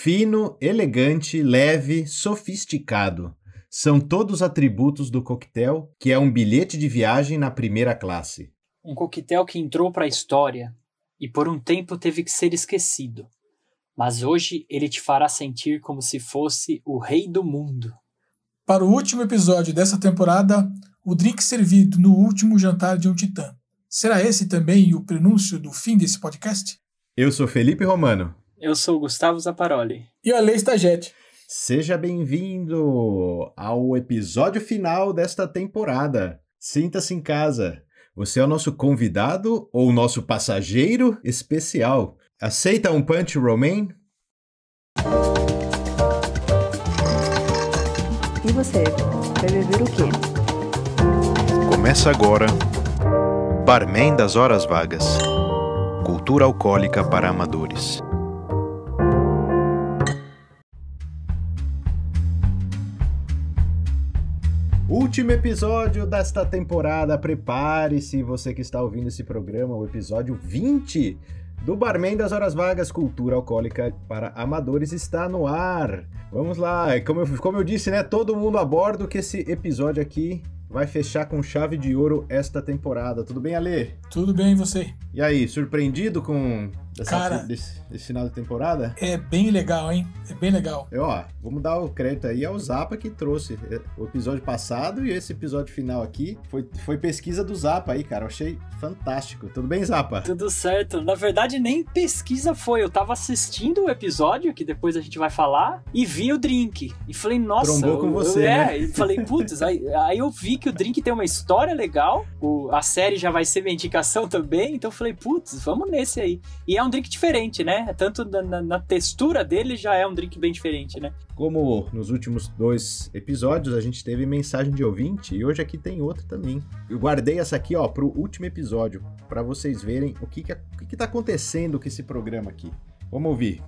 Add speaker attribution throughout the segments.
Speaker 1: Fino, elegante, leve, sofisticado. São todos atributos do coquetel, que é um bilhete de viagem na primeira classe.
Speaker 2: Um coquetel que entrou para a história e por um tempo teve que ser esquecido. Mas hoje ele te fará sentir como se fosse o rei do mundo.
Speaker 3: Para o último episódio dessa temporada, o drink servido no último jantar de um titã. Será esse também o prenúncio do fim desse podcast?
Speaker 1: Eu sou Felipe Romano.
Speaker 2: Eu sou Gustavo Zaparoli.
Speaker 3: E o Ale Stagete.
Speaker 1: Seja bem-vindo ao episódio final desta temporada. Sinta-se em casa. Você é o nosso convidado ou o nosso passageiro especial. Aceita um punch, Romain?
Speaker 4: E você, vai beber o quê?
Speaker 5: Começa agora Barman das Horas Vagas. Cultura alcoólica para amadores.
Speaker 1: Último episódio desta temporada. Prepare-se, você que está ouvindo esse programa, o episódio 20 do Barman das Horas Vagas, Cultura Alcoólica para Amadores está no ar. Vamos lá, como eu disse, né? Todo mundo a bordo, que esse episódio aqui vai fechar com chave de ouro esta temporada. Tudo bem, Ale?
Speaker 3: Tudo bem, e você?
Speaker 1: E aí, surpreendido com
Speaker 3: Cara,
Speaker 1: desse final de temporada?
Speaker 3: É bem legal, hein? É bem legal.
Speaker 1: Vamos dar o crédito aí ao Zapa, que trouxe o episódio passado e esse episódio final aqui. Foi pesquisa do Zapa aí, cara. Eu achei fantástico. Tudo bem, Zapa?
Speaker 2: Tudo certo. Na verdade, nem pesquisa foi. Eu tava assistindo o episódio, que depois a gente vai falar, e vi o drink. E falei, nossa...
Speaker 1: Trombou com você, né?
Speaker 2: E falei, putz, aí eu vi que o drink tem uma história legal, a série já vai ser minha indicação também, então eu falei, putz, vamos nesse aí. E é um drink diferente, né? Tanto na textura dele já é um drink bem diferente, né?
Speaker 1: Como nos últimos 2 episódios a gente teve mensagem de ouvinte, e hoje aqui tem outra também. Eu guardei essa aqui, pro último episódio, para vocês verem o que tá acontecendo com esse programa aqui. Vamos ouvir.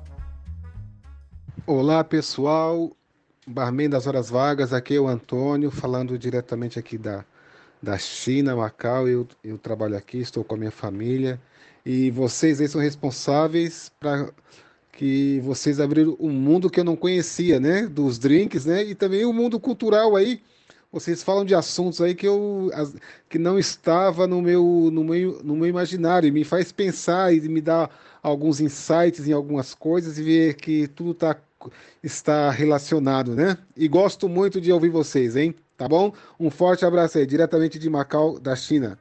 Speaker 6: Olá, pessoal. Barman das Horas Vagas, aqui é o Antônio, falando diretamente aqui da China, Macau. Eu trabalho aqui, estou com a minha família. E vocês aí são responsáveis para que vocês abriram um mundo que eu não conhecia, né? Dos drinks, né? E também o mundo cultural aí. Vocês falam de assuntos aí que não estava no meu imaginário. E me faz pensar e me dá alguns insights em algumas coisas e ver que tudo está relacionado, né? E gosto muito de ouvir vocês, hein? Tá bom? Um forte abraço aí, diretamente de Macau, da China.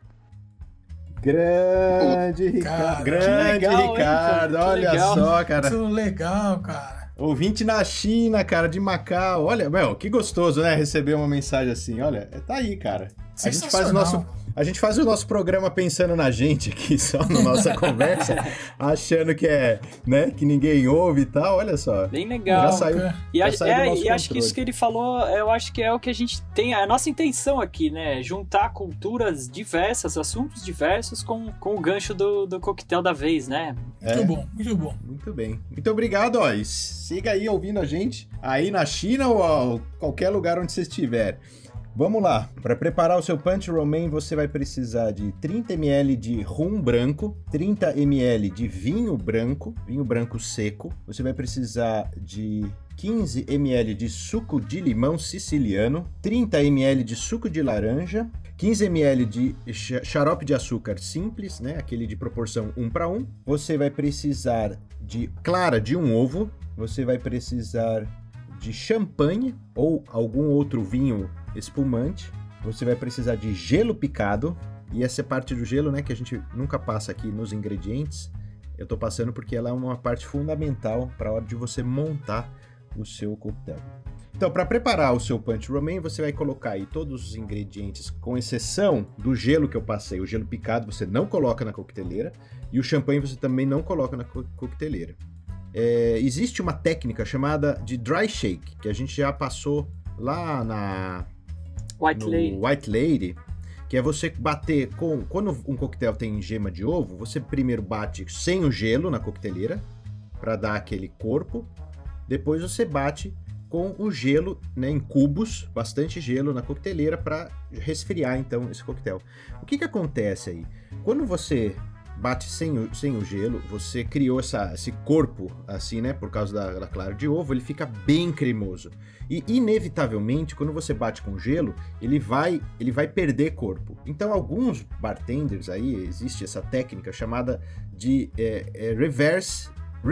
Speaker 1: Grande Ricardo, Ricardo, olha
Speaker 2: legal.
Speaker 1: Só, cara.
Speaker 3: Muito legal, cara.
Speaker 1: Ouvinte na China, cara, de Macau. Olha, que gostoso, né? Receber uma mensagem assim. Olha, tá aí, cara. A gente faz o nosso programa pensando na gente aqui, só na nossa conversa, achando que né, que ninguém ouve e tal, olha só.
Speaker 2: Bem legal.
Speaker 1: Já saiu do nosso
Speaker 2: e acho que isso que ele falou, eu acho que é o que a gente tem, a nossa intenção aqui, né, juntar culturas diversas, assuntos diversos com o gancho do coquetel da vez, né?
Speaker 3: Muito bom, muito bom.
Speaker 1: Muito bem. Muito obrigado, ó. E siga aí ouvindo a gente, aí na China ou qualquer lugar onde você estiver. Vamos lá, para preparar o seu Punch Romain você vai precisar de 30 ml de rum branco, 30 ml de vinho branco seco, você vai precisar de 15 ml de suco de limão siciliano, 30 ml de suco de laranja, 15 ml de xarope de açúcar simples, né, aquele de proporção 1:1, você vai precisar de clara de um ovo, você vai precisar de champanhe ou algum outro vinho espumante, você vai precisar de gelo picado, e essa é parte do gelo, né, que a gente nunca passa aqui nos ingredientes, eu tô passando porque ela é uma parte fundamental para a hora de você montar o seu coquetel. Então, para preparar o seu Punch Romain, você vai colocar aí todos os ingredientes, com exceção do gelo que eu passei. O gelo picado você não coloca na coqueteleira, e o champanhe você também não coloca na coqueteleira. Existe uma técnica chamada de dry shake, que a gente já passou lá no White Lady, que é você bater quando um coquetel tem gema de ovo, você primeiro bate sem o gelo na coqueteleira, para dar aquele corpo, depois você bate com o gelo, né, em cubos, bastante gelo na coqueteleira para resfriar então esse coquetel. O que acontece aí? Quando você bate sem o gelo, você criou esse corpo, assim, né? Por causa da clara de ovo, ele fica bem cremoso. E, inevitavelmente, quando você bate com gelo, ele vai perder corpo. Então, alguns bartenders aí, existe essa técnica chamada de reverse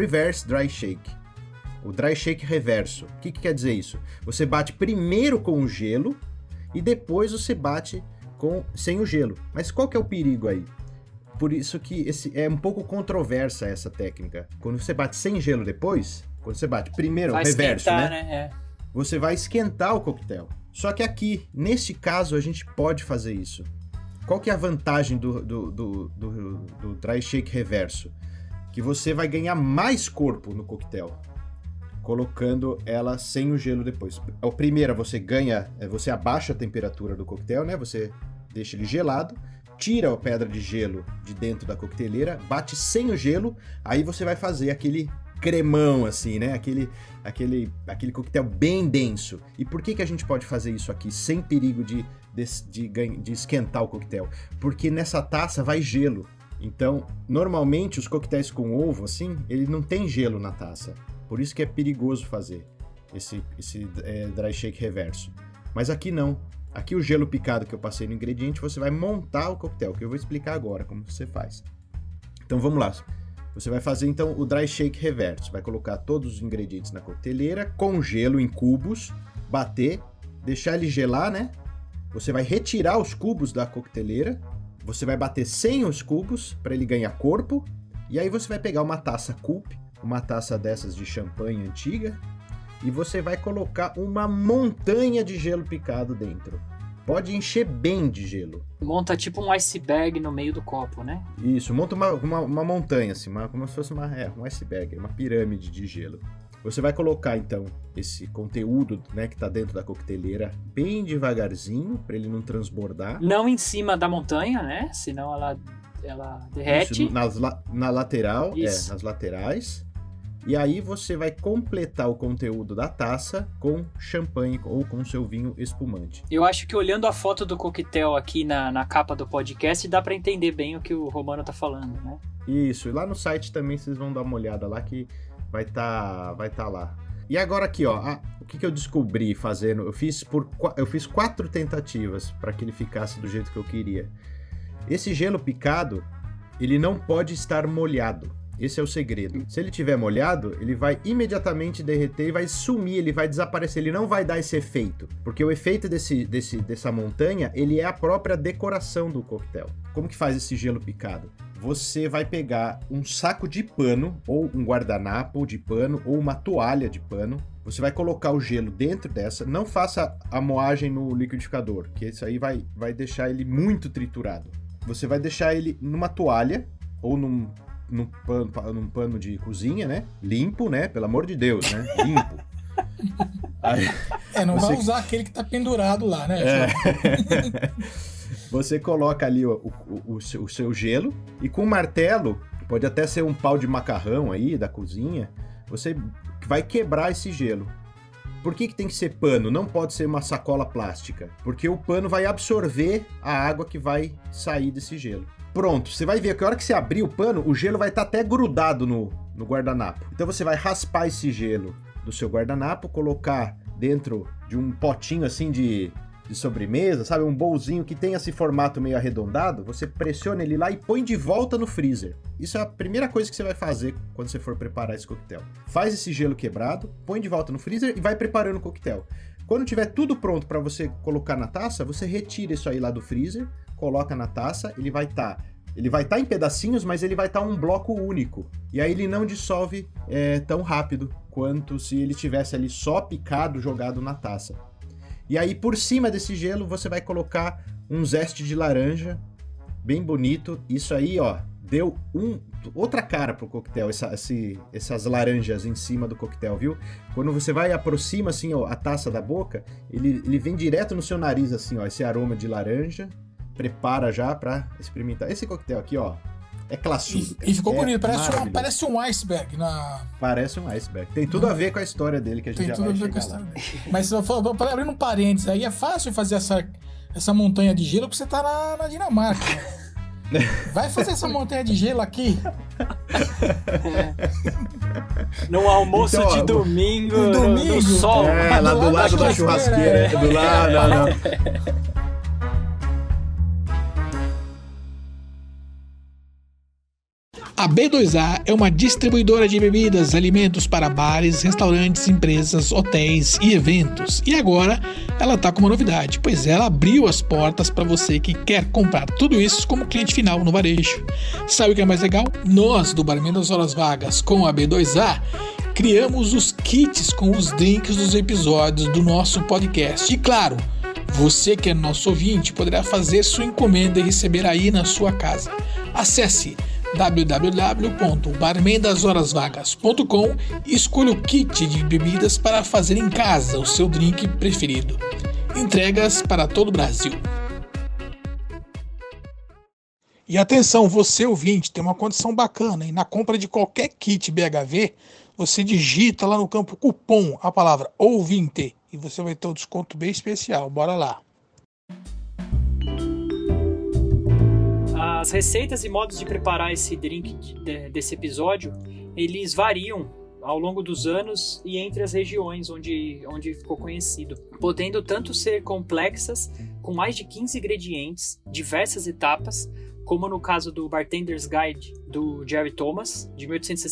Speaker 1: dry shake. O dry shake reverso. O que quer dizer isso? Você bate primeiro com o gelo e depois você bate sem o gelo. Mas qual que é o perigo aí? Por isso que é um pouco controversa essa técnica. Quando você bate sem gelo depois, quando você bate primeiro o reverso, né? Você vai esquentar o coquetel. Só que aqui, neste caso, a gente pode fazer isso. Qual que é a vantagem do dry shake reverso? Que você vai ganhar mais corpo no coquetel, colocando ela sem o gelo depois. A primeira você abaixa a temperatura do coquetel, né? Você deixa ele gelado, tira a pedra de gelo de dentro da coqueteleira, bate sem o gelo, aí você vai fazer aquele cremão assim, né? Aquele coquetel bem denso. E por que a gente pode fazer isso aqui sem perigo de esquentar o coquetel? Porque nessa taça vai gelo. Então, normalmente os coquetéis com ovo, assim, ele não tem gelo na taça. Por isso que é perigoso fazer esse dry shake reverso. Mas aqui não. Aqui o gelo picado que eu passei no ingrediente, você vai montar o coquetel, que eu vou explicar agora como você faz. Então vamos lá. Você vai fazer então o dry shake reverso. Vai colocar todos os ingredientes na coqueteleira, com gelo em cubos, bater, deixar ele gelar, né? Você vai retirar os cubos da coqueteleira, você vai bater sem os cubos para ele ganhar corpo, e aí você vai pegar uma taça Coop, uma taça dessas de champanhe antiga, e você vai colocar uma montanha de gelo picado dentro. Pode encher bem de gelo.
Speaker 2: Monta tipo um iceberg no meio do copo, né?
Speaker 1: Isso, monta uma montanha, assim, como se fosse um iceberg, uma pirâmide de gelo. Você vai colocar, então, esse conteúdo, né, que tá dentro da coqueteleira bem devagarzinho, para ele não transbordar.
Speaker 2: Não em cima da montanha, né? Senão ela derrete.
Speaker 1: Isso, na lateral, Isso. Nas laterais. E aí você vai completar o conteúdo da taça com champanhe ou com seu vinho espumante.
Speaker 2: Eu acho que olhando a foto do coquetel aqui na capa do podcast, dá para entender bem o que o Romano tá falando, né?
Speaker 1: Isso, e lá no site também vocês vão dar uma olhada lá que vai tá lá. E agora aqui, ó, o que eu descobri fazendo? Eu fiz 4 tentativas para que ele ficasse do jeito que eu queria. Esse gelo picado, ele não pode estar molhado. Esse é o segredo. Se ele tiver molhado, ele vai imediatamente derreter e vai sumir, ele vai desaparecer, ele não vai dar esse efeito. Porque o efeito dessa montanha, ele é a própria decoração do coquetel. Como que faz esse gelo picado? Você vai pegar um saco de pano, ou um guardanapo de pano, ou uma toalha de pano. Você vai colocar o gelo dentro dessa. Não faça a moagem no liquidificador, que isso aí vai deixar ele muito triturado. Você vai deixar ele numa toalha, ou num pano de cozinha, né? Limpo, né? Pelo amor de Deus, né? Limpo. Aí,
Speaker 3: não vai usar aquele que tá pendurado lá, né?
Speaker 1: Você coloca ali o seu gelo e com um martelo, pode até ser um pau de macarrão aí da cozinha, você vai quebrar esse gelo. Por que tem que ser pano? Não pode ser uma sacola plástica, porque o pano vai absorver a água que vai sair desse gelo. Pronto, você vai ver que a hora que você abrir o pano, o gelo vai estar até grudado no guardanapo. Então você vai raspar esse gelo do seu guardanapo, colocar dentro de um potinho assim de sobremesa, sabe? Um bolzinho que tem esse formato meio arredondado, você pressiona ele lá e põe de volta no freezer. Isso é a primeira coisa que você vai fazer quando você for preparar esse coquetel. Faz esse gelo quebrado, põe de volta no freezer e vai preparando o coquetel. Quando tiver tudo pronto para você colocar na taça, você retira isso aí lá do freezer, coloca na taça, ele vai estar em pedacinhos, mas ele vai estar um bloco único. E aí ele não dissolve tão rápido quanto se ele tivesse ali só picado, jogado na taça. E aí por cima desse gelo você vai colocar um zeste de laranja, bem bonito. Isso aí, ó, deu outra cara pro coquetel, essas laranjas em cima do coquetel, viu? Quando você vai e aproxima assim, ó, a taça da boca, ele vem direto no seu nariz assim, ó, esse aroma de laranja. Prepara já pra experimentar. Esse coquetel aqui, ó, é classudo.
Speaker 3: E ficou bonito, parece um iceberg.
Speaker 1: Parece um iceberg. Tem tudo a ver com a história dele, que a gente já vai chegar lá.
Speaker 3: Mas para abrir um parênteses, aí é fácil fazer essa montanha de gelo porque você tá na Dinamarca, né? Vai fazer essa montanha de gelo aqui.
Speaker 2: No almoço
Speaker 1: Então,
Speaker 2: de domingo,
Speaker 3: domingo.
Speaker 2: no sol.
Speaker 1: Lá do lado da churrasqueira. Do lado, não.
Speaker 3: A B2A é uma distribuidora de bebidas, alimentos para bares, restaurantes, empresas, hotéis e eventos. E agora ela está com uma novidade, pois ela abriu as portas para você que quer comprar tudo isso como cliente final no varejo. Sabe o que é mais legal? Nós, do Barman das Horas Vagas, com a B2A, criamos os kits com os drinks dos episódios do nosso podcast. E claro, você que é nosso ouvinte poderá fazer sua encomenda e receber aí na sua casa. Acesse www.barmendashorasvagas.com e escolha o kit de bebidas para fazer em casa o seu drink preferido. Entregas para todo o Brasil. E atenção, você ouvinte, tem uma condição bacana, e na compra de qualquer kit BHV, você digita lá no campo cupom a palavra ouvinte e você vai ter um desconto bem especial. Bora lá.
Speaker 2: As receitas e modos de preparar esse drink desse episódio, eles variam ao longo dos anos e entre as regiões onde ficou conhecido, podendo tanto ser complexas, com mais de 15 ingredientes, diversas etapas, como no caso do Bartender's Guide do Jerry Thomas, de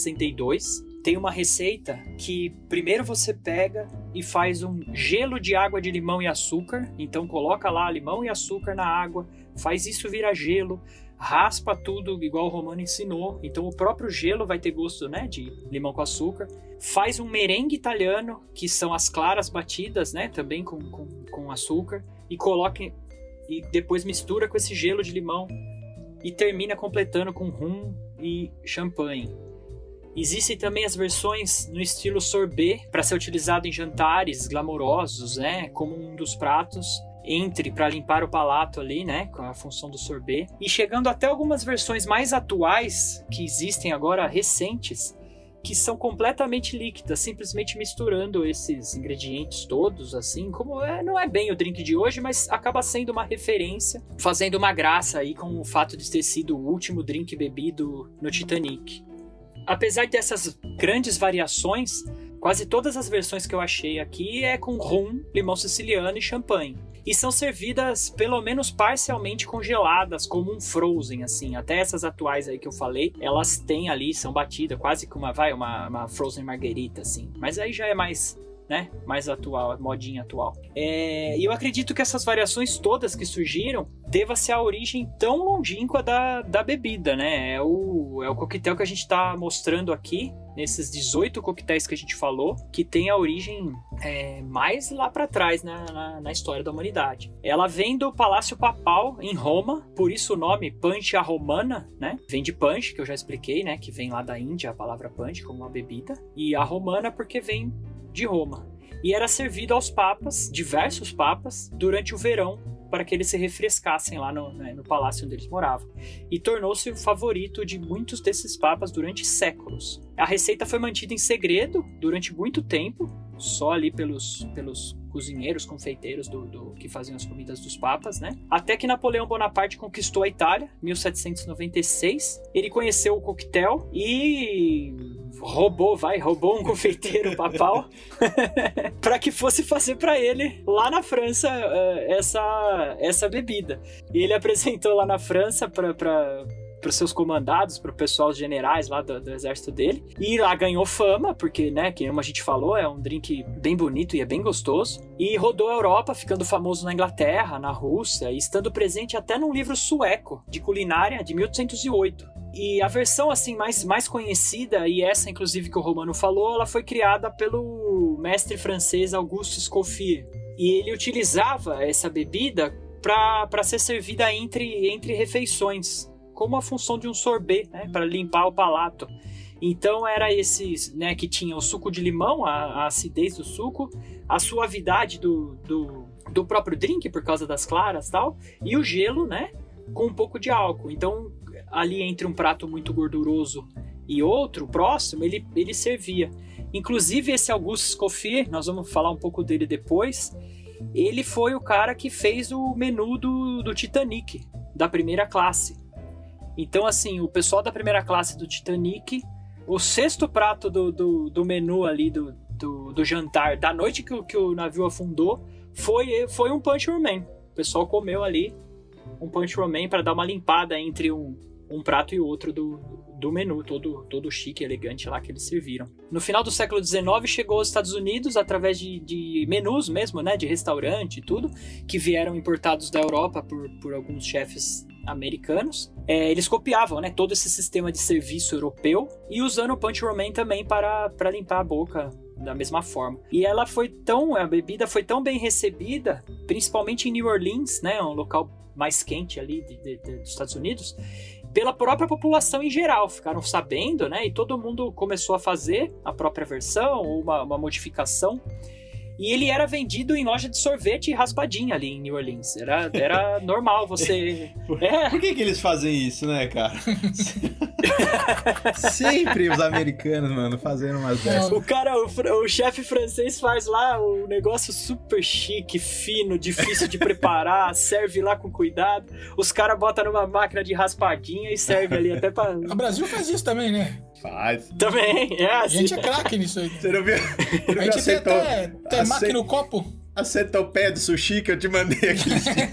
Speaker 2: 1862. Tem uma receita que primeiro você pega e faz um gelo de água de limão e açúcar, então coloca lá limão e açúcar na água, faz isso virar gelo, raspa tudo igual o Romano ensinou, então o próprio gelo vai ter gosto, né, de limão com açúcar. Faz um merengue italiano, que são as claras batidas, né, também com açúcar, e coloca e depois mistura com esse gelo de limão e termina completando com rum e champanhe. Existem também as versões no estilo sorbet, para ser utilizado em jantares glamourosos, né, como um dos pratos para limpar o palato ali, né, com a função do sorbet. E chegando até algumas versões mais atuais, que existem agora, recentes, que são completamente líquidas, simplesmente misturando esses ingredientes todos, assim, como não é bem o drink de hoje, mas acaba sendo uma referência, fazendo uma graça aí com o fato de ter sido o último drink bebido no Titanic. Apesar dessas grandes variações, quase todas as versões que eu achei aqui é com rum, limão siciliano e champanhe. E são servidas pelo menos parcialmente congeladas, como um frozen, assim. Até essas atuais aí que eu falei, elas têm ali, são batidas, quase que uma frozen marguerita, assim. Mas aí já é mais, né, mais atual, modinha atual. E eu acredito que essas variações todas que surgiram deva ser a origem tão longínqua da bebida, né? É o coquetel que a gente está mostrando aqui, nesses 18 coquetéis que a gente falou, que tem a origem mais lá para trás na história da humanidade. Ela vem do Palácio Papal em Roma, por isso o nome Punch a Romana, né? Vem de punch, que eu já expliquei, né? Que vem lá da Índia, a palavra punch como uma bebida, e a romana porque vem de Roma. E era servido aos papas, diversos papas, durante o verão, para que eles se refrescassem lá no palácio onde eles moravam. E tornou-se o favorito de muitos desses papas durante séculos. A receita foi mantida em segredo durante muito tempo, só ali pelos cozinheiros, confeiteiros que faziam as comidas dos papas, né? Até que Napoleão Bonaparte conquistou a Itália, em 1796. Ele conheceu o coquetel e roubou um confeiteiro papal para que fosse fazer para ele lá na França essa bebida. E ele apresentou lá na França para os seus comandados, para o pessoal, os generais lá do exército dele, e lá ganhou fama, porque, né, como a gente falou, é um drink bem bonito e é bem gostoso, e rodou a Europa, ficando famoso na Inglaterra, na Rússia, e estando presente até num livro sueco de culinária de 1808. E a versão assim mais conhecida, e essa inclusive que o Romano falou, ela foi criada pelo mestre francês Auguste Escoffier, e ele utilizava essa bebida para ser servida entre refeições, como a função de um sorbet, né, para limpar o palato. Então era esses, né, que tinha o suco de limão, a acidez do suco, a suavidade do próprio drink por causa das claras e tal, e o gelo, né, com um pouco de álcool. Então ali entre um prato muito gorduroso e outro próximo, ele servia. Inclusive esse Auguste Escoffier, nós vamos falar um pouco dele depois, ele foi o cara que fez o menu do Titanic, da primeira classe. Então, assim, o pessoal da primeira classe do Titanic, o 6º prato do menu ali do jantar, da noite que o navio afundou, foi um Punch Romaine. O pessoal comeu ali um Punch Romaine para dar uma limpada entre um prato e outro do menu, todo chique, elegante lá que eles serviram. No final do século XIX chegou aos Estados Unidos através de menus mesmo, né, de restaurante e tudo, que vieram importados da Europa por alguns chefes americanos. Eles copiavam, né, todo esse sistema de serviço europeu e usando o Punch Romaine também para limpar a boca da mesma forma. E a bebida foi tão bem recebida, principalmente em New Orleans, né, um local mais quente ali dos Estados Unidos, pela própria população em geral. Ficaram sabendo, né? E todo mundo começou a fazer a própria versão, ou uma modificação. E ele era vendido em loja de sorvete e raspadinha ali em New Orleans. Era normal você...
Speaker 1: Por que eles fazem isso, né, cara? Sempre os americanos, mano, fazendo umas dessas.
Speaker 2: O chefe francês faz lá um negócio super chique, fino, difícil de preparar, serve lá com cuidado. Os caras botam numa máquina de raspadinha e serve ali até pra...
Speaker 3: O Brasil faz isso também, né?
Speaker 1: Faz.
Speaker 2: Também,
Speaker 3: A gente é craque nisso aí.
Speaker 1: Você não viu?
Speaker 3: A gente tem até máquina no copo.
Speaker 1: A centopeia de sushi que eu te mandei aqui.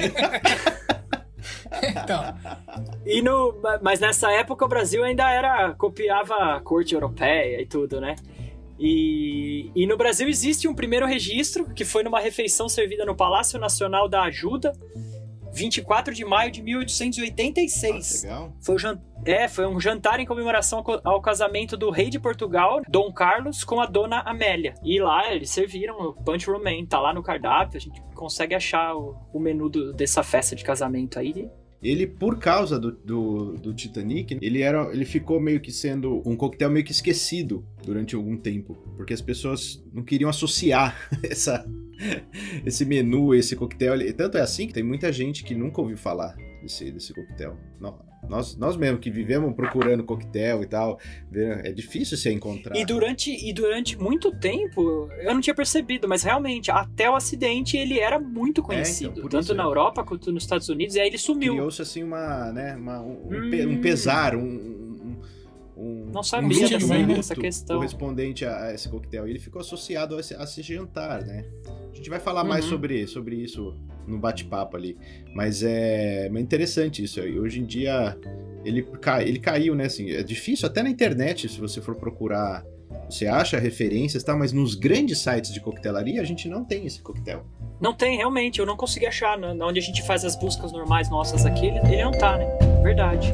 Speaker 3: Então.
Speaker 2: Mas nessa época o Brasil ainda copiava a corte europeia e tudo, né? E no Brasil existe um primeiro registro, que foi numa refeição servida no Palácio Nacional da Ajuda, 24 de maio de 1886.
Speaker 1: Legal.
Speaker 2: Foi um jantar em comemoração ao casamento do rei de Portugal, Dom Carlos, com a dona Amélia. E lá eles serviram o Punch Romaine, tá lá no cardápio, a gente consegue achar o menu dessa festa de casamento aí.
Speaker 1: Ele, por causa do Titanic, ele ficou meio que sendo um coquetel meio que esquecido durante algum tempo, porque as pessoas não queriam associar esse menu, esse coquetel. Tanto é assim que tem muita gente que nunca ouviu falar desse coquetel. Nós mesmo que vivemos procurando coquetel e tal, é difícil se encontrar.
Speaker 2: E durante muito tempo eu não tinha percebido, mas realmente até o acidente ele era muito conhecido,
Speaker 1: então,
Speaker 2: tanto na Europa quanto nos Estados Unidos, e aí ele sumiu.
Speaker 1: Criou-se assim um pesar,
Speaker 2: não sabia dessa questão
Speaker 1: correspondente a esse coquetel. E ele ficou associado a esse jantar, né? A gente vai falar mais sobre isso no bate-papo ali. Mas é interessante isso. E hoje em dia ele caiu, né? Assim, é difícil até na internet, se você for procurar, você acha referências, tá? Mas nos grandes sites de coquetelaria a gente não tem esse coquetel.
Speaker 2: Não tem, realmente. Eu não consegui achar. Onde a gente faz as buscas normais nossas aqui, ele não tá, né? Verdade.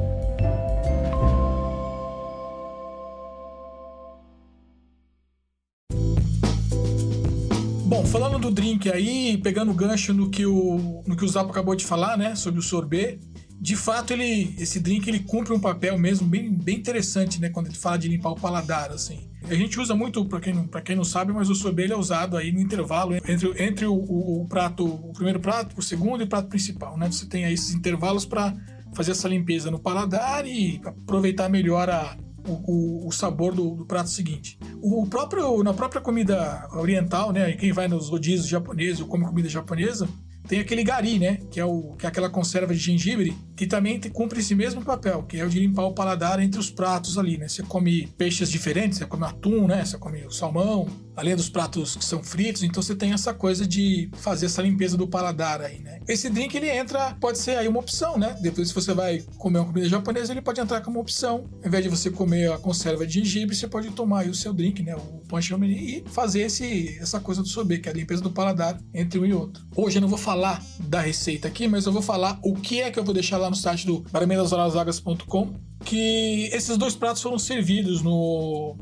Speaker 3: Bom, falando do drink aí, pegando o gancho no que o Zapo acabou de falar, né, sobre o sorbet, de fato esse drink ele cumpre um papel mesmo bem interessante, né, quando ele fala de limpar o paladar, assim. A gente usa muito, pra quem não sabe, mas o sorbet ele é usado aí no intervalo entre o primeiro prato, o segundo e o prato principal, né? Você tem aí esses intervalos para fazer essa limpeza no paladar e aproveitar melhor o sabor do prato seguinte. Na própria comida oriental, né? Quem vai nos rodízios japoneses ou come comida japonesa, tem aquele gari, né? Que é aquela conserva de gengibre, que também cumpre esse mesmo papel, que é o de limpar o paladar entre os pratos ali, né? Você come peixes diferentes, você come atum, né? Você come o salmão, além dos pratos que são fritos, então você tem essa coisa de fazer essa limpeza do paladar aí, né? Esse drink, ele pode ser aí uma opção, né? Depois, se você vai comer uma comida japonesa, ele pode entrar como opção. Ao invés de você comer a conserva de gengibre, você pode tomar aí o seu drink, né? O Punch Romaine, e fazer essa coisa do sorbet, que é a limpeza do paladar entre um e outro. Hoje eu não vou falar da receita aqui, mas eu vou falar o que é que eu vou deixar lá no site do barmendashorasvagas.com, que esses dois pratos foram servidos no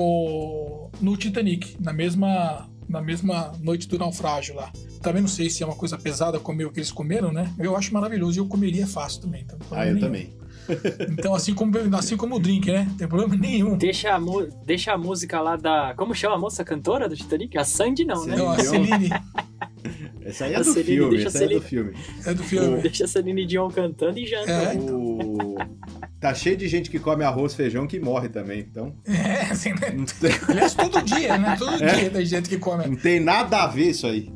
Speaker 3: Titanic, na mesma noite do naufrágio lá. Também não sei se é uma coisa pesada comer o que eles comeram, né? Eu acho maravilhoso e eu comeria fácil também. Então,
Speaker 1: eu também.
Speaker 3: Então, assim como o drink, né? Não tem problema nenhum.
Speaker 2: Deixa a música lá da... Como chama a moça cantora do Titanic? A Sandy não, né?
Speaker 3: Não, a Celine.
Speaker 1: Essa aí é do filme. Essa é do filme.
Speaker 3: É do filme.
Speaker 2: Deixa a Celine Dion cantando e janta.
Speaker 1: Tá cheio de gente que come arroz, feijão, que morre também, então...
Speaker 3: Assim, né? Aliás, todo dia, né? Todo dia tem gente que come.
Speaker 1: Não tem nada a ver isso aí.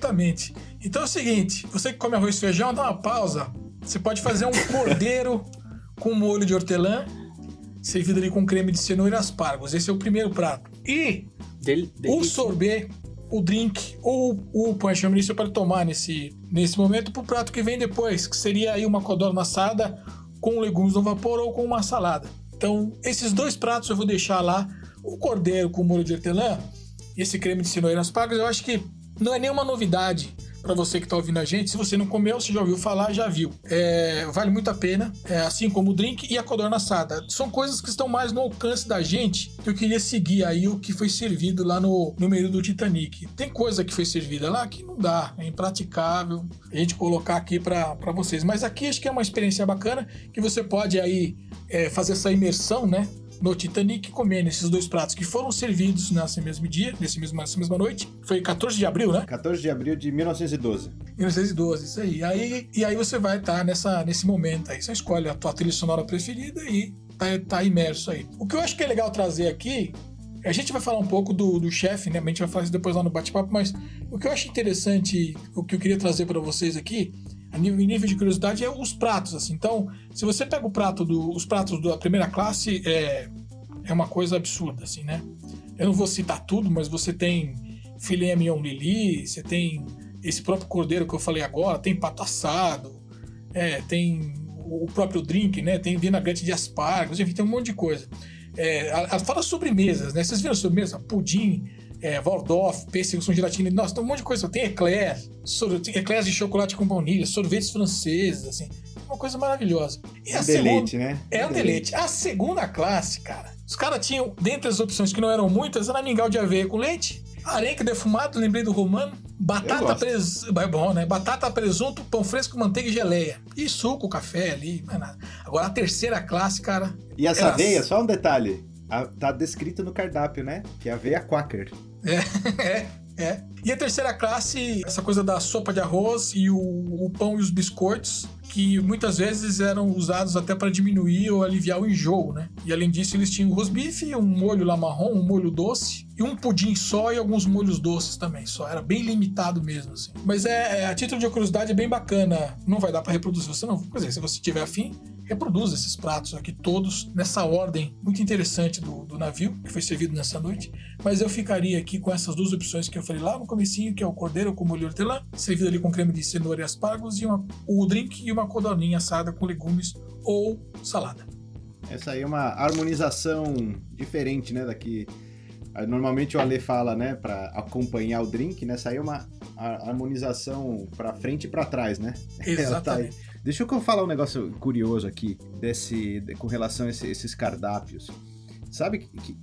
Speaker 3: Absolutamente. Então é o seguinte, você que come arroz e feijão, dá uma pausa. Você pode fazer um cordeiro com molho de hortelã, servido ali com creme de cenoura e aspargos. Esse é o primeiro prato. E o sorbet, o drink ou o punch chamois você pode tomar nesse momento pro prato que vem depois, que seria aí uma codorna assada com legumes no vapor ou com uma salada. Então, esses dois pratos eu vou deixar lá. O cordeiro com molho de hortelã e esse creme de cenoura e aspargos, eu acho que não é nenhuma novidade para você que tá ouvindo a gente. Se você não comeu, você já ouviu falar, já viu. Vale muito a pena, assim como o drink e a codorna assada. São coisas que estão mais no alcance da gente. Eu queria seguir aí o que foi servido lá no menu do Titanic. Tem coisa que foi servida lá que não dá, é impraticável a gente colocar aqui para vocês. Mas aqui acho que é uma experiência bacana que você pode aí fazer essa imersão, né? No Titanic, comendo esses dois pratos que foram servidos nesse mesmo dia, nessa mesma noite. Foi 14 de abril, né?
Speaker 1: 14 de abril de 1912.
Speaker 3: 1912, isso aí. E aí você vai estar nesse momento aí. Você escolhe a tua trilha sonora preferida e tá imerso aí. O que eu acho que é legal trazer aqui, a gente vai falar um pouco do chefe, né? A gente vai falar isso depois lá no bate-papo, mas o que eu acho interessante, o que eu queria trazer para vocês aqui, em nível de curiosidade, é os pratos, assim. Então, se você pega os pratos da primeira classe, é uma coisa absurda, assim, né? Eu não vou citar tudo, mas você tem filé mignon Lili, você tem esse próprio cordeiro que eu falei agora, tem pato assado, tem o próprio drink, né? Tem vinagrete de aspargos, enfim, tem um monte de coisa. Fala sobremesas, né? Vocês viram sobremesa? Pudim, Waldorf, pêssego com gelatina, nossa, tem um monte de coisa. Tem eclairs de chocolate com baunilha, sorvetes franceses, assim, uma coisa maravilhosa. E
Speaker 1: deleite, né?
Speaker 3: É um deleite. A segunda classe, cara, os caras tinham, dentre as opções que não eram muitas, era mingau de aveia com leite, arenque defumado, lembrei do romano, batata, presunto, pão fresco, manteiga e geleia. E suco, café ali, não é nada. Agora a terceira classe, cara...
Speaker 1: E essa aveia, só um detalhe, tá descrito no cardápio, né? Que é aveia Quaker.
Speaker 3: E a terceira classe, essa coisa da sopa de arroz e o pão e os biscoitos, que muitas vezes eram usados até para diminuir ou aliviar o enjoo, né? E além disso, eles tinham rosbife, um molho lá marrom, um molho doce e um pudim só e alguns molhos doces também. Só era bem limitado mesmo, assim. Mas a título de curiosidade é bem bacana. Não vai dar para reproduzir, você não. Quer dizer, se você tiver afim, reproduza esses pratos aqui todos nessa ordem muito interessante do navio que foi servido nessa noite. Mas eu ficaria aqui com essas duas opções que eu falei lá no comecinho, que é o cordeiro com molho hortelã, servido ali com creme de cenoura e aspargos, e o drink e uma codorninha assada com legumes ou salada.
Speaker 1: Essa aí é uma harmonização diferente, né, daqui. Normalmente o Ale fala, né, para acompanhar o drink, né? Essa aí é uma harmonização para frente e para trás, né?
Speaker 3: Exatamente.
Speaker 1: Deixa eu falar um negócio curioso aqui com relação a esses cardápios. Sabe que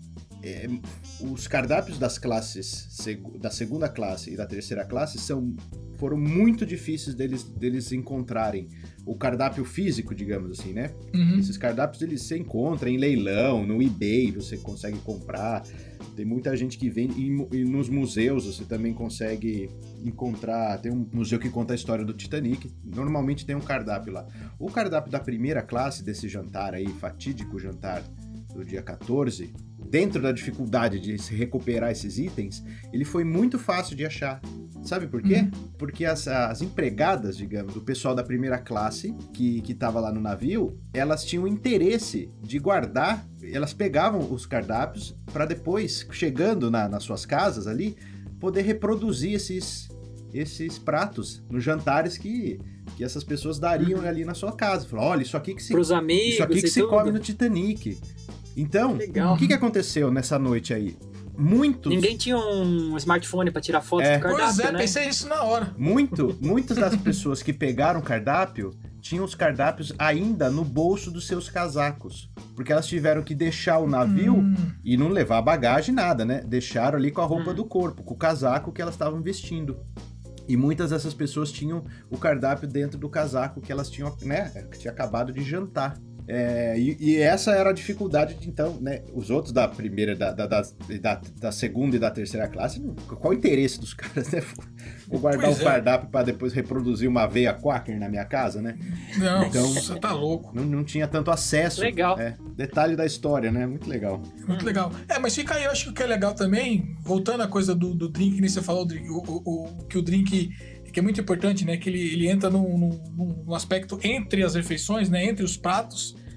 Speaker 1: os cardápios das classes, da segunda classe e da terceira classe foram muito difíceis deles encontrarem o cardápio físico, digamos assim, né?
Speaker 3: Uhum.
Speaker 1: Esses cardápios você encontra em leilão, no eBay, você consegue comprar. Tem muita gente que vende, e nos museus você também consegue encontrar. Tem um museu que conta a história do Titanic, normalmente tem um cardápio lá. O cardápio da primeira classe desse jantar aí, fatídico jantar do dia 14, dentro da dificuldade de se recuperar esses itens, ele foi muito fácil de achar. Sabe por quê? Porque as empregadas, digamos, o pessoal da primeira classe que estava lá no navio, elas tinham interesse de guardar, elas pegavam os cardápios para depois, chegando nas suas casas ali, poder reproduzir esses pratos nos jantares que essas pessoas dariam ali na sua casa. Falaram, olha, isso aqui que se,
Speaker 2: pros amigos,
Speaker 1: isso aqui que se come no Titanic. Então, o que aconteceu nessa noite aí?
Speaker 2: Ninguém tinha um smartphone pra tirar foto do cardápio,
Speaker 3: pois
Speaker 2: né?
Speaker 3: Pensei isso na hora.
Speaker 1: Muitas das pessoas que pegaram o cardápio tinham os cardápios ainda no bolso dos seus casacos. Porque elas tiveram que deixar o navio e não levar bagagem, nada, né? Deixaram ali com a roupa do corpo, com o casaco que elas estavam vestindo. E muitas dessas pessoas tinham o cardápio dentro do casaco que elas tinham, né? Que tinha acabado de jantar. E essa era a dificuldade de, então, né? Os outros da primeira, da segunda e da terceira classe, qual o interesse dos caras, né? Vou guardar o cardápio para depois reproduzir uma aveia Quaker na minha casa, né?
Speaker 3: Não,
Speaker 1: então,
Speaker 3: você tá louco.
Speaker 1: Não tinha tanto acesso.
Speaker 2: Legal.
Speaker 1: Detalhe da história, né? Muito legal.
Speaker 3: Muito legal. Mas fica aí, eu acho que o que é legal também, voltando à coisa do drink, nem você falou, que o drink, que é muito importante, né? Que ele entra num aspecto entre as refeições, né? Entre os pratos,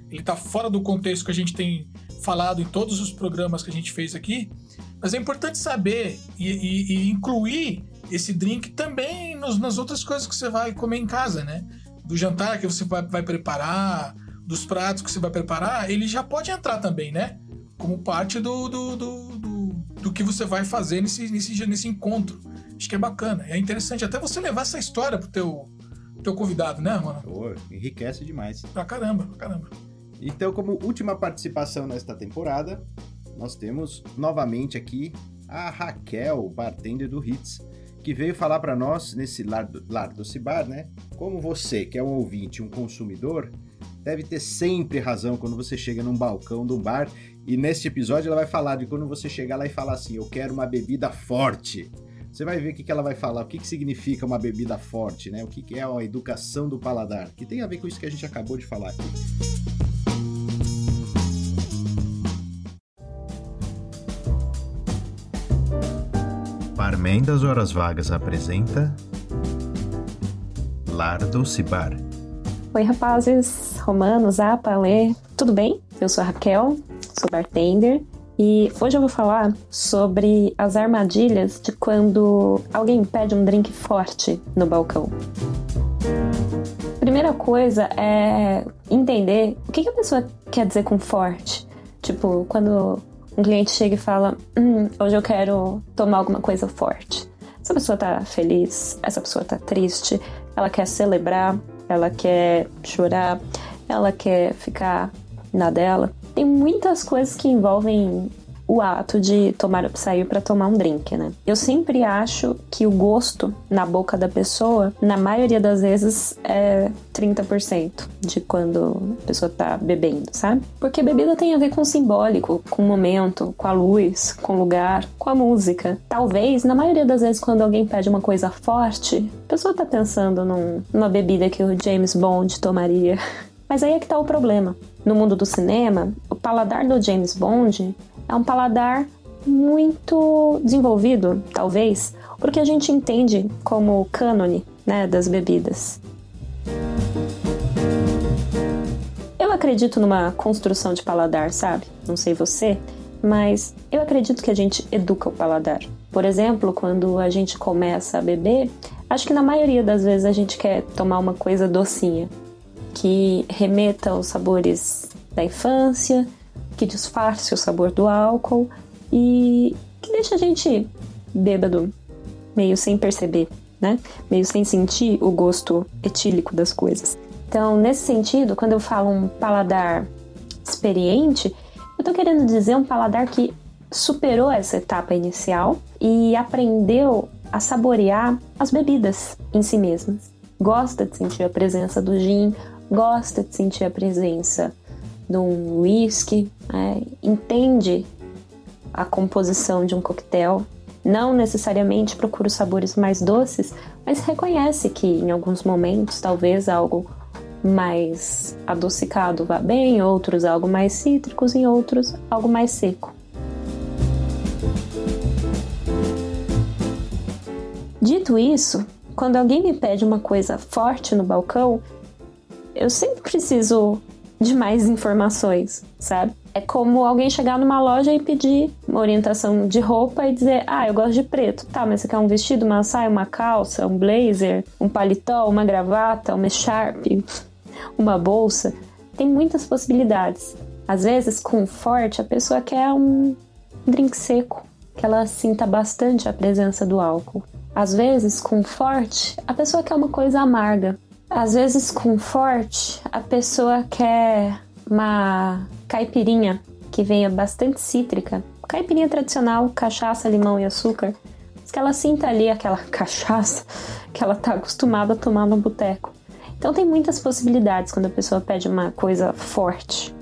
Speaker 3: ele tá fora do contexto que a gente tem falado em todos os programas que a gente fez aqui, mas é importante saber e incluir esse drink também nas outras coisas que você vai comer em casa, né? Do jantar que você vai preparar, dos pratos que você vai preparar, ele já pode entrar também, né? Como parte do que você vai fazer nesse encontro. Acho que é bacana, é interessante até você levar essa história pro teu convidado, né, mano?
Speaker 1: Enriquece demais.
Speaker 3: Pra caramba.
Speaker 1: Então, como última participação nesta temporada, nós temos novamente aqui a Raquel, bartender do Hits, que veio falar para nós nesse Lar Doce Bar, né? Como você, que é um ouvinte, um consumidor, deve ter sempre razão quando você chega num balcão de um bar, e neste episódio ela vai falar de quando você chegar lá e falar assim, eu quero uma bebida forte. Você vai ver o que ela vai falar, o que significa uma bebida forte, né? O que é a educação do paladar, que tem a ver com isso que a gente acabou de falar aqui.
Speaker 5: Barman das Horas Vagas apresenta Lar Doce Bar.
Speaker 4: Oi, rapazes, Romano, Zapa, Lê, tudo bem? Eu sou a Raquel, sou bartender e hoje eu vou falar sobre as armadilhas de quando alguém pede um drink forte no balcão. Primeira coisa é entender o que a pessoa quer dizer com forte. Tipo, quando um cliente chega e fala, hoje eu quero tomar alguma coisa forte. Essa pessoa tá feliz, essa pessoa tá triste, ela quer celebrar, ela quer chorar, ela quer ficar na dela. Tem muitas coisas que envolvem o ato de sair para tomar um drink, né? Eu sempre acho que o gosto na boca da pessoa, na maioria das vezes, é 30% de quando a pessoa tá bebendo, sabe? Porque bebida tem a ver com o simbólico, com o momento, com a luz, com o lugar, com a música. Talvez, na maioria das vezes, quando alguém pede uma coisa forte, a pessoa tá pensando numa bebida que o James Bond tomaria. Mas aí é que tá o problema. No mundo do cinema, o paladar do James Bond é um paladar muito desenvolvido, talvez, porque a gente entende como cânone, né, das bebidas. Eu acredito numa construção de paladar, sabe? Não sei você, mas eu acredito que a gente educa o paladar. Por exemplo, quando a gente começa a beber, acho que na maioria das vezes a gente quer tomar uma coisa docinha, que remeta aos sabores da infância, que disfarce o sabor do álcool e que deixa a gente bêbado, meio sem perceber, né? Meio sem sentir o gosto etílico das coisas. Então, nesse sentido, quando eu falo um paladar experiente, eu tô querendo dizer um paladar que superou essa etapa inicial e aprendeu a saborear as bebidas em si mesmas. Gosta de sentir a presença do gin, gosta de sentir a presença de um whisky, entende a composição de um coquetel, não necessariamente procura os sabores mais doces, mas reconhece que em alguns momentos talvez algo mais adocicado vá bem, outros algo mais cítricos, em outros algo mais seco. Dito isso, quando alguém me pede uma coisa forte no balcão, eu sempre preciso de mais informações, sabe? É como alguém chegar numa loja e pedir uma orientação de roupa e dizer, eu gosto de preto. Tá, mas você quer um vestido, uma saia, uma calça, um blazer, um paletó, uma gravata, uma echarpe, uma bolsa? Tem muitas possibilidades. Às vezes, com forte, a pessoa quer um drink seco, que ela sinta bastante a presença do álcool. Às vezes, com forte, a pessoa quer uma coisa amarga. Às vezes, com forte, a pessoa quer uma caipirinha que venha bastante cítrica. Caipirinha tradicional, cachaça, limão e açúcar. Mas que ela sinta ali aquela cachaça que ela tá acostumada a tomar no boteco. Então tem muitas possibilidades quando a pessoa pede uma coisa forte.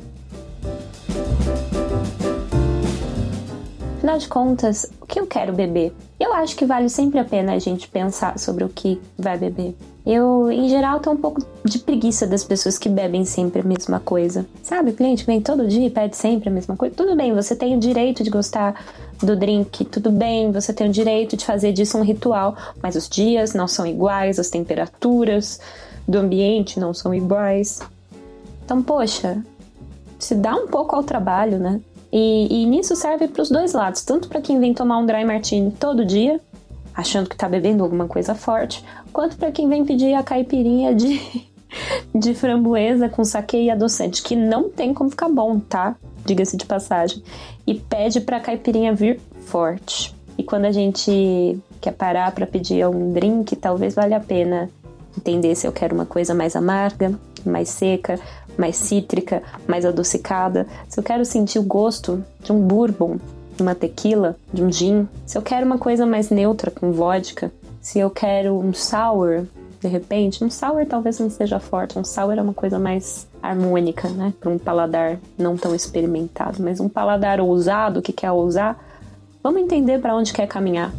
Speaker 4: Afinal de contas, o que eu quero beber? Eu acho que vale sempre a pena a gente pensar sobre o que vai beber. Eu, em geral, tenho um pouco de preguiça das pessoas que bebem sempre a mesma coisa. Sabe, o cliente vem todo dia e pede sempre a mesma coisa. Tudo bem, você tem o direito de gostar do drink, tudo bem, você tem o direito de fazer disso um ritual, mas os dias não são iguais, as temperaturas do ambiente não são iguais. Então, poxa, se dá um pouco ao trabalho, né? E nisso serve para os dois lados, tanto para quem vem tomar um dry martini todo dia, achando que tá bebendo alguma coisa forte, quanto para quem vem pedir a caipirinha de framboesa com saquê e adoçante, que não tem como ficar bom, tá? Diga-se de passagem. E pede pra caipirinha vir forte. E quando a gente quer parar para pedir um drink, talvez valha a pena entender se eu quero uma coisa mais amarga, mais seca, mais cítrica, mais adocicada, se eu quero sentir o gosto de um bourbon, de uma tequila, de um gin, se eu quero uma coisa mais neutra com vodka, se eu quero um sour, de repente, um sour talvez não seja forte, um sour é uma coisa mais harmônica, né, para um paladar não tão experimentado, mas um paladar ousado que quer ousar, vamos entender para onde quer caminhar.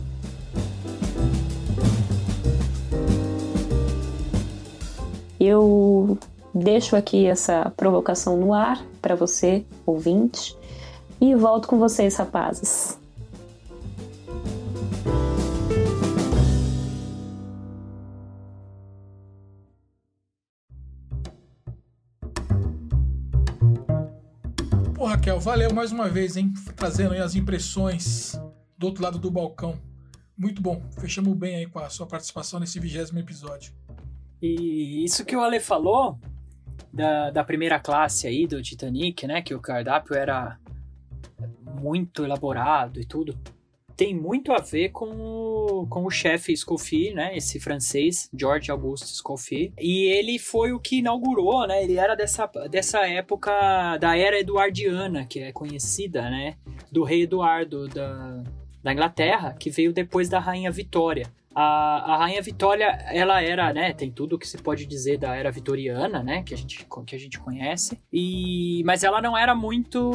Speaker 4: Eu deixo aqui essa provocação no ar para você, ouvinte, e volto com vocês, rapazes.
Speaker 3: Pô, Raquel, valeu mais uma vez, hein? Trazendo aí as impressões do outro lado do balcão. Muito bom. Fechamos bem aí com a sua participação nesse 20º episódio.
Speaker 2: E isso que o Ale falou da primeira classe aí do Titanic, né? Que o cardápio era muito elaborado e tudo. Tem muito a ver com o chefe Escoffier, né? Esse francês, Georges Auguste Escoffier. E ele foi o que inaugurou, né? Ele era dessa época da era eduardiana, que é conhecida, né? Do rei Eduardo da Inglaterra, que veio depois da rainha Vitória. A rainha Vitória, ela era, né, tem tudo que se pode dizer da era vitoriana, né, que a gente conhece, mas ela não era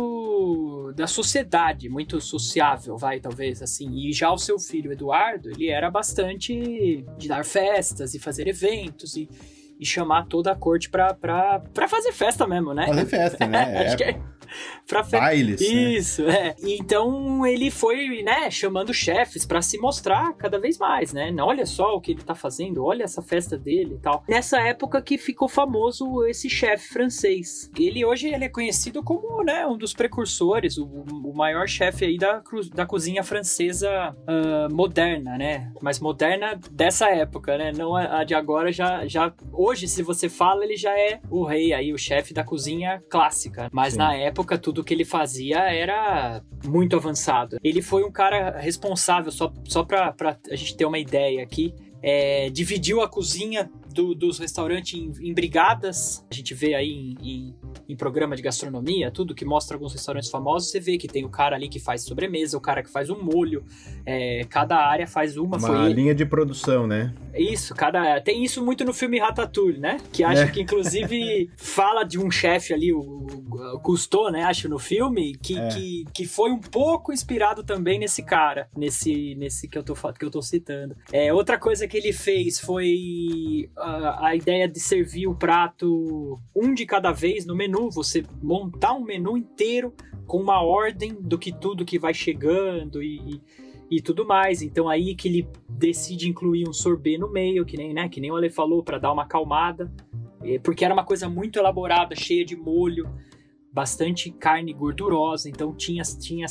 Speaker 2: muito da sociedade, muito sociável, talvez, assim, e já o seu filho Eduardo, ele era bastante de dar festas e fazer eventos e chamar toda a corte pra fazer festa mesmo, né?
Speaker 1: Fazer festa, né?
Speaker 2: Acho que é...
Speaker 1: Bailes.
Speaker 2: Isso, né? Então ele foi, né, chamando chefes pra se mostrar cada vez mais, né? Olha só o que ele tá fazendo, olha essa festa dele e tal. Nessa época que ficou famoso esse chefe francês. Hoje ele é conhecido como, né, um dos precursores, o maior chefe aí da cozinha francesa moderna, né? Mas moderna dessa época, né? Não a de agora, já hoje, se você fala, ele já é o rei aí, o chefe da cozinha clássica. Mas sim, na época, tudo que ele fazia era muito avançado. Ele foi um cara responsável, só pra a gente ter uma ideia aqui, dividiu a cozinha dos restaurantes em brigadas. A gente vê aí em programa de gastronomia, tudo que mostra alguns restaurantes famosos, você vê que tem o cara ali que faz sobremesa, o cara que faz um molho, cada área faz uma
Speaker 1: linha de produção, né?
Speaker 2: Isso, tem isso muito no filme Ratatouille, né? Que acho que inclusive fala de um chefe ali, o Cousteau, né? Acho no filme, que foi um pouco inspirado também nesse cara, nesse que eu tô citando. Outra coisa que ele fez foi a ideia de servir o prato um de cada vez no menu, você montar um menu inteiro com uma ordem do que tudo que vai chegando e tudo mais. Então aí que ele decide incluir um sorbet no meio, que nem o Ale falou, para dar uma acalmada, porque era uma coisa muito elaborada, cheia de molho, bastante carne gordurosa, então tinha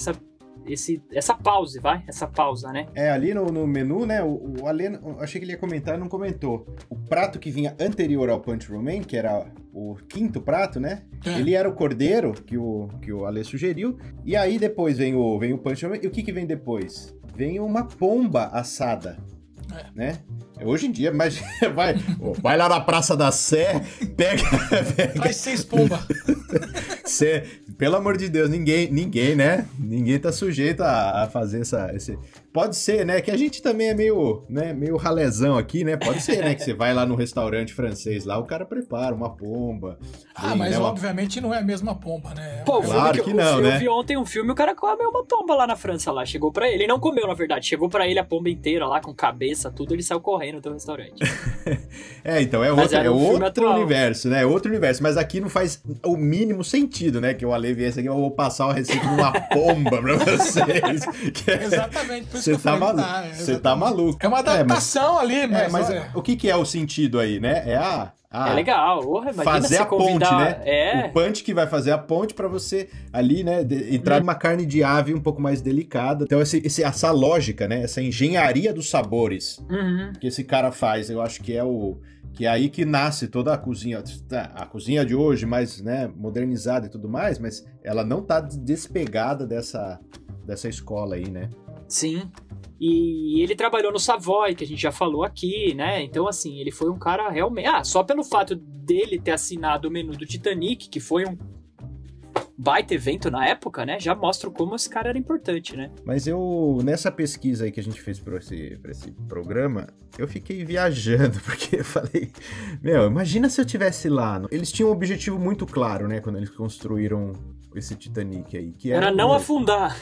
Speaker 2: essa pausa, né?
Speaker 1: Ali no menu, né, o Ale, achei que ele ia comentar, não comentou. O prato que vinha anterior ao Punch Romaine, que era o quinto prato, né? Ele era o cordeiro, que o Ale sugeriu, e aí depois vem o Punch Romaine, e o que vem depois? Vem uma pomba assada, né? Hoje em dia, mas vai lá na Praça da Sé, pega...
Speaker 3: Faz 6 pombas.
Speaker 1: Pelo amor de Deus, ninguém, né? Ninguém tá sujeito a fazer esse... Pode ser, né? Que a gente também é meio ralezão aqui, né? Pode ser, né? Que você vai lá no restaurante francês, lá o cara prepara uma pomba.
Speaker 3: Mas obviamente não é a mesma pomba, né?
Speaker 2: Pô,
Speaker 1: claro que não, né?
Speaker 2: Eu vi ontem um filme, o cara comeu uma pomba lá na França, lá. Chegou pra ele. Ele não comeu, na verdade. Chegou pra ele a pomba inteira lá, com cabeça, tudo. Ele saiu correndo do restaurante.
Speaker 1: Então é outro universo, né? Outro universo. Mas aqui não faz o mínimo sentido, né? Que o Ale viesse aqui, eu vou passar o receita de uma pomba pra vocês.
Speaker 3: Exatamente, por isso
Speaker 1: você tá maluco. Você tá maluco.
Speaker 3: É uma adaptação ali,
Speaker 1: mas o que é o sentido aí, né?
Speaker 2: É legal. Imagina
Speaker 1: fazer
Speaker 2: você
Speaker 1: a ponte, né?
Speaker 2: É.
Speaker 1: O punch que vai fazer a ponte pra você ali, né, entrar numa carne de ave um pouco mais delicada. Então essa lógica, né, essa engenharia dos sabores que esse cara faz, eu acho que é aí que nasce toda a cozinha de hoje, mais, né, modernizada e tudo mais, mas ela não tá despegada dessa escola aí, né?
Speaker 2: Sim. E ele trabalhou no Savoy, que a gente já falou aqui, né? Então, assim, ele foi um cara realmente... só pelo fato dele ter assinado o menu do Titanic, que foi um baita evento na época, né? Já mostra como esse cara era importante, né?
Speaker 1: Mas nessa pesquisa aí que a gente fez pra esse programa, eu fiquei viajando, porque eu falei, imagina se eu tivesse lá. Eles tinham um objetivo muito claro, né? Quando eles construíram esse Titanic aí. Que
Speaker 2: era não afundar.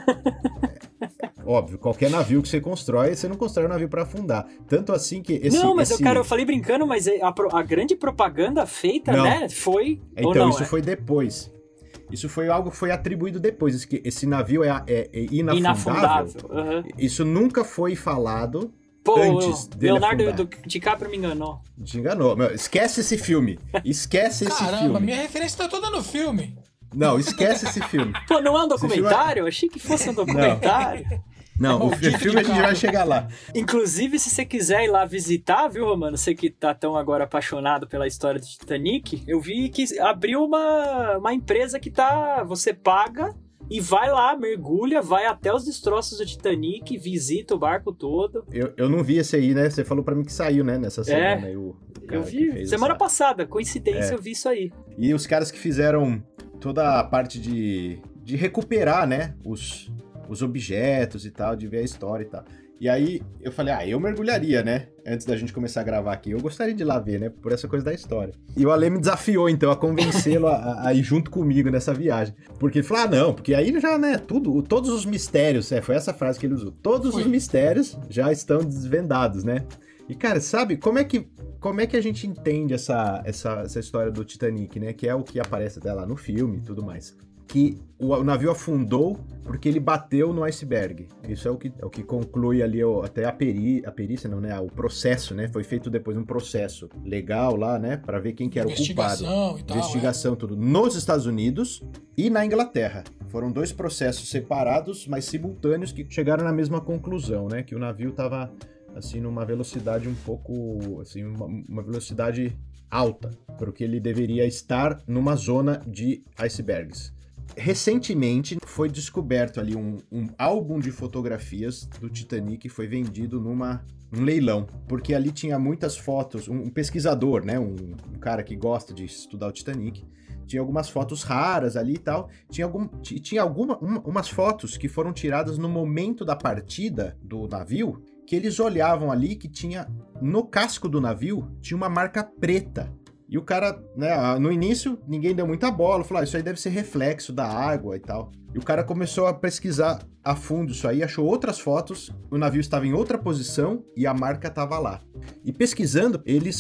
Speaker 1: Óbvio, qualquer navio que você constrói, você não constrói um navio pra afundar. Tanto assim que
Speaker 2: eu falei brincando, mas a grande propaganda feita, né, foi...
Speaker 1: Então, isso foi depois. Isso foi algo que foi atribuído depois. Esse navio é inafundável. Isso nunca foi falado antes dele
Speaker 2: Leonardo
Speaker 1: afundar.
Speaker 2: DiCaprio me enganou.
Speaker 1: Te enganou. Esquece esse filme. Esquece esse filme.
Speaker 3: Caramba, minha referência tá toda no filme.
Speaker 1: Não, esquece esse filme.
Speaker 2: Pô, não é um documentário? Eu achei que fosse um documentário.
Speaker 1: Não, o filme a gente vai chegar lá.
Speaker 2: Inclusive, se você quiser ir lá visitar, viu, Romano? Você que tá tão agora apaixonado pela história do Titanic, eu vi que abriu uma empresa que você paga e vai lá, mergulha, vai até os destroços do Titanic, visita o barco todo.
Speaker 1: Eu não vi esse aí, né? Você falou pra mim que saiu, né, nessa semana.
Speaker 2: Eu vi, semana passada, coincidência, eu vi isso aí.
Speaker 1: E os caras que fizeram toda a parte de recuperar, né, os objetos e tal, de ver a história e tal. E aí eu falei, eu mergulharia, né? Antes da gente começar a gravar aqui. Eu gostaria de ir lá ver, né? Por essa coisa da história. E o Ale me desafiou, então, a convencê-lo a ir junto comigo nessa viagem. Porque ele falou, não, porque aí já, né, todos os mistérios, foi essa frase que ele usou. Todos os mistérios já estão desvendados, né? E, cara, sabe, como é que a gente entende essa história do Titanic, né? Que é o que aparece até lá no filme e tudo mais. Que o navio afundou porque ele bateu no iceberg. Isso é o que conclui ali até a perícia, não, né? O processo, né? Foi feito depois um processo legal lá, né? Para ver quem que era o culpado.
Speaker 3: E tal,
Speaker 1: Investigação, tudo. Nos Estados Unidos e na Inglaterra. Foram 2 processos separados, mas simultâneos, que chegaram na mesma conclusão, né? Que o navio estava assim, numa velocidade um pouco, assim, uma velocidade alta, porque ele deveria estar numa zona de icebergs. Recentemente foi descoberto ali um álbum de fotografias do Titanic que foi vendido num leilão, porque ali tinha muitas fotos, um pesquisador, né, um cara que gosta de estudar o Titanic, tinha algumas fotos raras ali e tal, tinha umas fotos que foram tiradas no momento da partida do navio, que eles olhavam ali que tinha, no casco do navio, tinha uma marca preta. E o cara, né, no início, ninguém deu muita bola, falou, isso aí deve ser reflexo da água e tal. E o cara começou a pesquisar a fundo isso aí, achou outras fotos, o navio estava em outra posição e a marca estava lá. E pesquisando, eles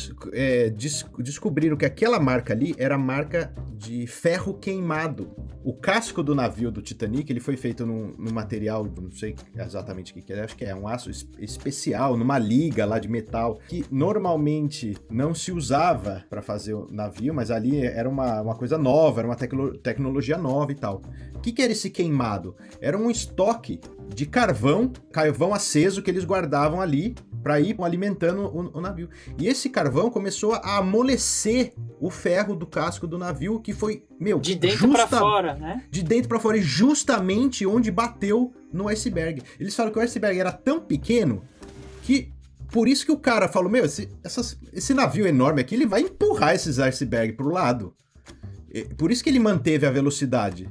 Speaker 1: descobriram que aquela marca ali era marca de ferro queimado. O casco do navio do Titanic, ele foi feito num material, não sei exatamente o que é, acho que é um aço especial, numa liga lá de metal, que normalmente não se usava para fazer o navio, mas ali era uma coisa nova, era uma tecnologia nova e tal. O que era esse queimado? Era um estoque de carvão aceso que eles guardavam ali para ir alimentando o navio. E esse carvão começou a amolecer o ferro do casco do navio, que foi,
Speaker 2: de dentro para fora, né?
Speaker 1: De dentro para fora, e justamente onde bateu no iceberg. Eles falam que o iceberg era tão pequeno que por isso que o cara falou, esse navio enorme aqui, ele vai empurrar esses icebergs pro lado. Por isso que ele manteve a velocidade.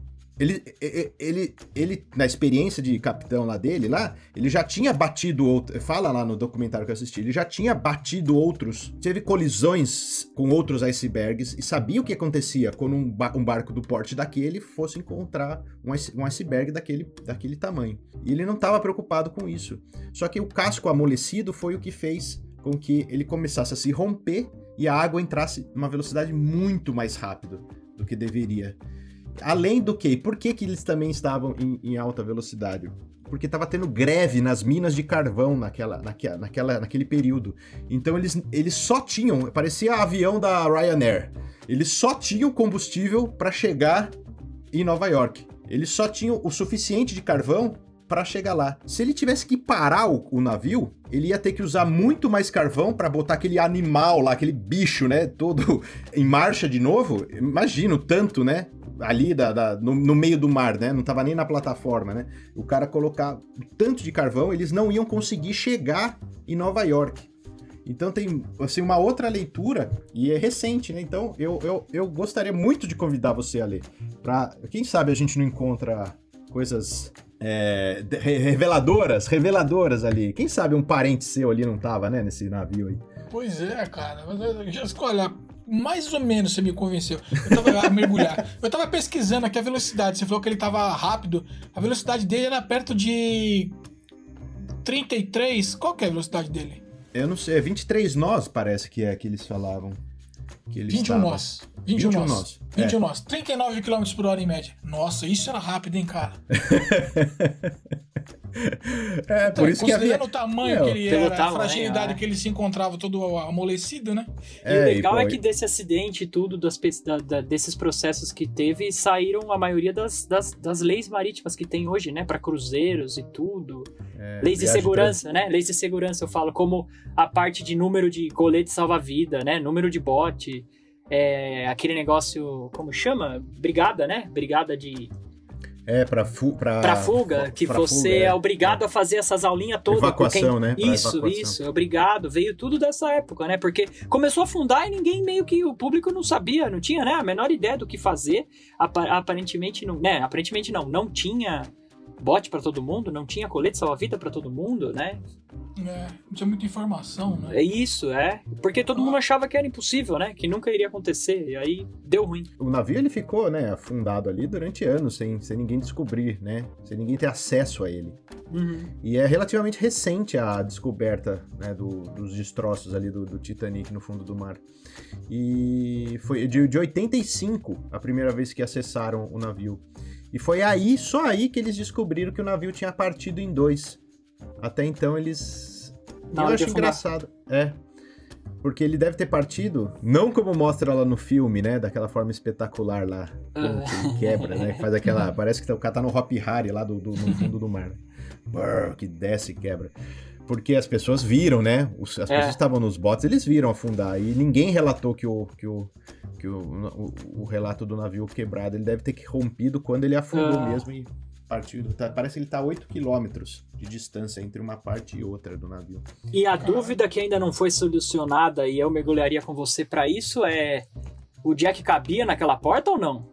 Speaker 1: Ele, na experiência de capitão lá dele, ele já tinha batido fala lá no documentário que eu assisti, ele já tinha batido teve colisões com outros icebergs e sabia o que acontecia quando um barco do porte daquele fosse encontrar um iceberg daquele tamanho. E ele não estava preocupado com isso. Só que o casco amolecido foi o que fez com que ele começasse a se romper e a água entrasse numa velocidade muito mais rápida do que deveria. Além do que, por que eles também estavam em alta velocidade? porque tava tendo greve nas minas de carvão naquele período. Então eles só tinham, parecia avião da Ryanair, eles só tinham combustível para chegar em Nova York. Eles só tinham o suficiente de carvão para chegar lá. Se ele tivesse que parar o navio, ele ia ter que usar muito mais carvão para botar aquele animal lá, aquele bicho, né, todo em marcha de novo. Imagina o tanto, né, ali no meio do mar, né, não tava nem na plataforma, né. O cara colocar tanto de carvão, eles não iam conseguir chegar em Nova York. Então tem, assim, uma outra leitura, e é recente, né? Então eu gostaria muito de convidar você a ler. Quem sabe a gente não encontra coisas reveladoras ali. Quem sabe um parente seu ali não tava, né, nesse navio aí.
Speaker 3: Pois é, cara. Mas, olha, mais ou menos você me convenceu. Eu tava a mergulhar. Eu tava pesquisando aqui a velocidade. Você falou que ele tava rápido. A velocidade dele era perto de 33. Qual que é a velocidade dele?
Speaker 1: Eu não sei, 23 nós parece que é que eles falavam. Que ele
Speaker 3: 21
Speaker 1: estava...
Speaker 3: nós. 21 nós. 21 nós. 39 km por hora em média. Nossa, isso era rápido, hein, cara?
Speaker 1: Por isso que
Speaker 3: considerando o tamanho que ele era, a fragilidade
Speaker 2: né?
Speaker 3: que ele se encontrava todo amolecido, né?
Speaker 2: E o legal é que desse acidente e tudo, desses processos que teve, saíram a maioria das leis marítimas que tem hoje, né? Para cruzeiros e tudo. Leis de segurança, né? Leis de segurança, eu falo, como a parte de número de colete salva-vida, né? Número de bote, aquele negócio, como chama? Brigada, né? Brigada de... Pra fuga, que pra você fuga, é obrigado a fazer essas aulinhas todas.
Speaker 1: Evacuação, né?
Speaker 2: Isso, obrigado. Veio tudo dessa época, né? Porque começou a afundar e ninguém meio que, o público não sabia, não tinha, né, a menor ideia do que fazer. Aparentemente não, né? Aparentemente não tinha bote pra todo mundo, não tinha colete salva-vida pra todo mundo, né?
Speaker 3: Não tinha muita informação, né?
Speaker 2: É isso, porque todo mundo achava que era impossível, né? Que nunca iria acontecer, e aí deu ruim.
Speaker 1: O navio, ele ficou, né, afundado ali durante anos, sem ninguém descobrir, né? Sem ninguém ter acesso a ele.
Speaker 2: Uhum.
Speaker 1: E é relativamente recente a descoberta, né, dos destroços ali do Titanic no fundo do mar. E foi de 85 a primeira vez que acessaram o navio. E foi só aí que eles descobriram que o navio tinha partido em dois. Até então eles... Eu acho engraçado. Porque ele deve ter partido, não como mostra lá no filme, né? Daquela forma espetacular lá, como que ele quebra, né? Faz aquela... Parece que o cara tá no Hop Harry lá no fundo do mar. Brrr, que desce e quebra. Porque as pessoas viram, né? As pessoas que estavam nos botes, eles viram afundar. E ninguém relatou que o relato do navio quebrado, ele deve ter rompido quando ele afundou mesmo e partiu. Parece que ele tá a 8 quilômetros de distância entre uma parte e outra do navio.
Speaker 2: E a dúvida que ainda não foi solucionada, e eu mergulharia com você pra isso, é: o Jack cabia naquela porta ou não?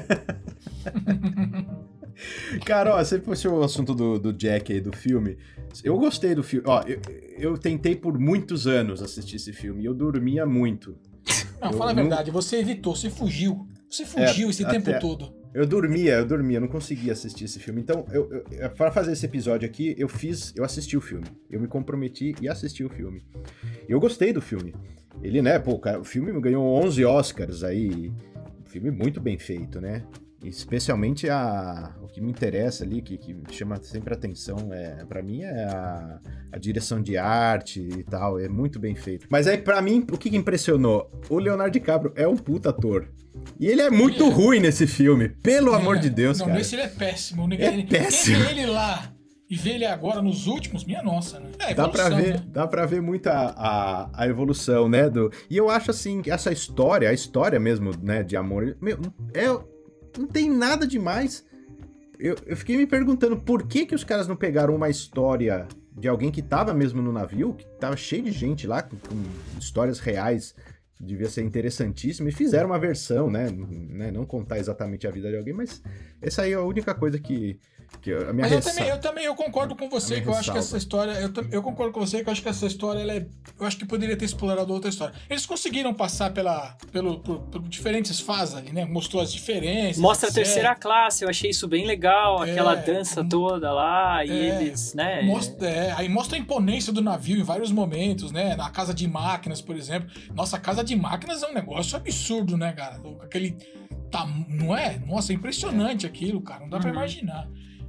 Speaker 1: Cara, ó, você puxou o assunto do Jack aí, do filme. Eu gostei do filme. Ó, eu tentei por muitos anos assistir esse filme e eu dormia muito.
Speaker 3: Não, fala a verdade, você evitou, você fugiu. Você fugiu esse tempo todo.
Speaker 1: Eu dormia, não conseguia assistir esse filme. Então, para fazer esse episódio aqui, eu assisti o filme. Eu me comprometi e assisti o filme. Eu gostei do filme. Ele, né, o filme ganhou 11 Oscars aí. Um filme muito bem feito, né? Especialmente o que me interessa ali, que chama sempre atenção, pra mim é a direção de arte e tal, é muito bem feito. Mas aí, pra mim, o que impressionou? O Leonardo DiCaprio é um puta ator. E ele é muito ruim nesse filme, pelo amor de Deus, cara.
Speaker 3: Não, nesse ele é péssimo.
Speaker 1: Péssimo.
Speaker 3: Quem vê ele lá e vê ele agora nos últimos, minha nossa, né?
Speaker 1: Dá pra ver muito a evolução, né? E eu acho, assim, que a história mesmo, né, de amor, não tem nada demais. Eu fiquei me perguntando por que os caras não pegaram uma história de alguém que tava mesmo no navio, que tava cheio de gente lá, com histórias reais, devia ser interessantíssimo, e fizeram uma versão, né? Não contar exatamente a vida de alguém, mas essa aí é a única coisa que a minha
Speaker 3: Mas eu concordo com você que eu acho que essa história... Eu concordo com você que eu acho que essa história, eu acho que poderia ter explorado outra história. Eles conseguiram passar por diferentes fases ali, né? Mostrou as diferenças.
Speaker 2: Mostra a terceira classe, eu achei isso bem legal, aquela dança toda lá, e eles, né?
Speaker 3: Aí mostra a imponência do navio em vários momentos, né? Na casa de máquinas, por exemplo. Nossa, a casa de máquinas é um negócio absurdo, né, cara? Aquele... não é? Nossa, é impressionante aquilo, cara. Não dá pra imaginar.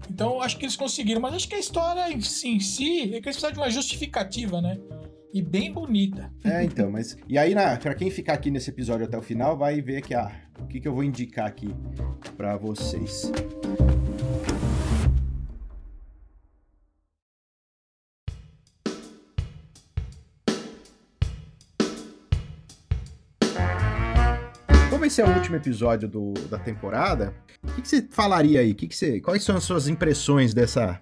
Speaker 3: Então, acho que eles conseguiram. Mas acho que a história em si é que eles precisavam de uma justificativa, né? E bem bonita.
Speaker 1: Então, mas... E aí, pra quem ficar aqui nesse episódio até o final, vai ver que, o que eu vou indicar aqui pra vocês. Como esse é o último episódio da temporada, o que você falaria aí? Quais são as suas impressões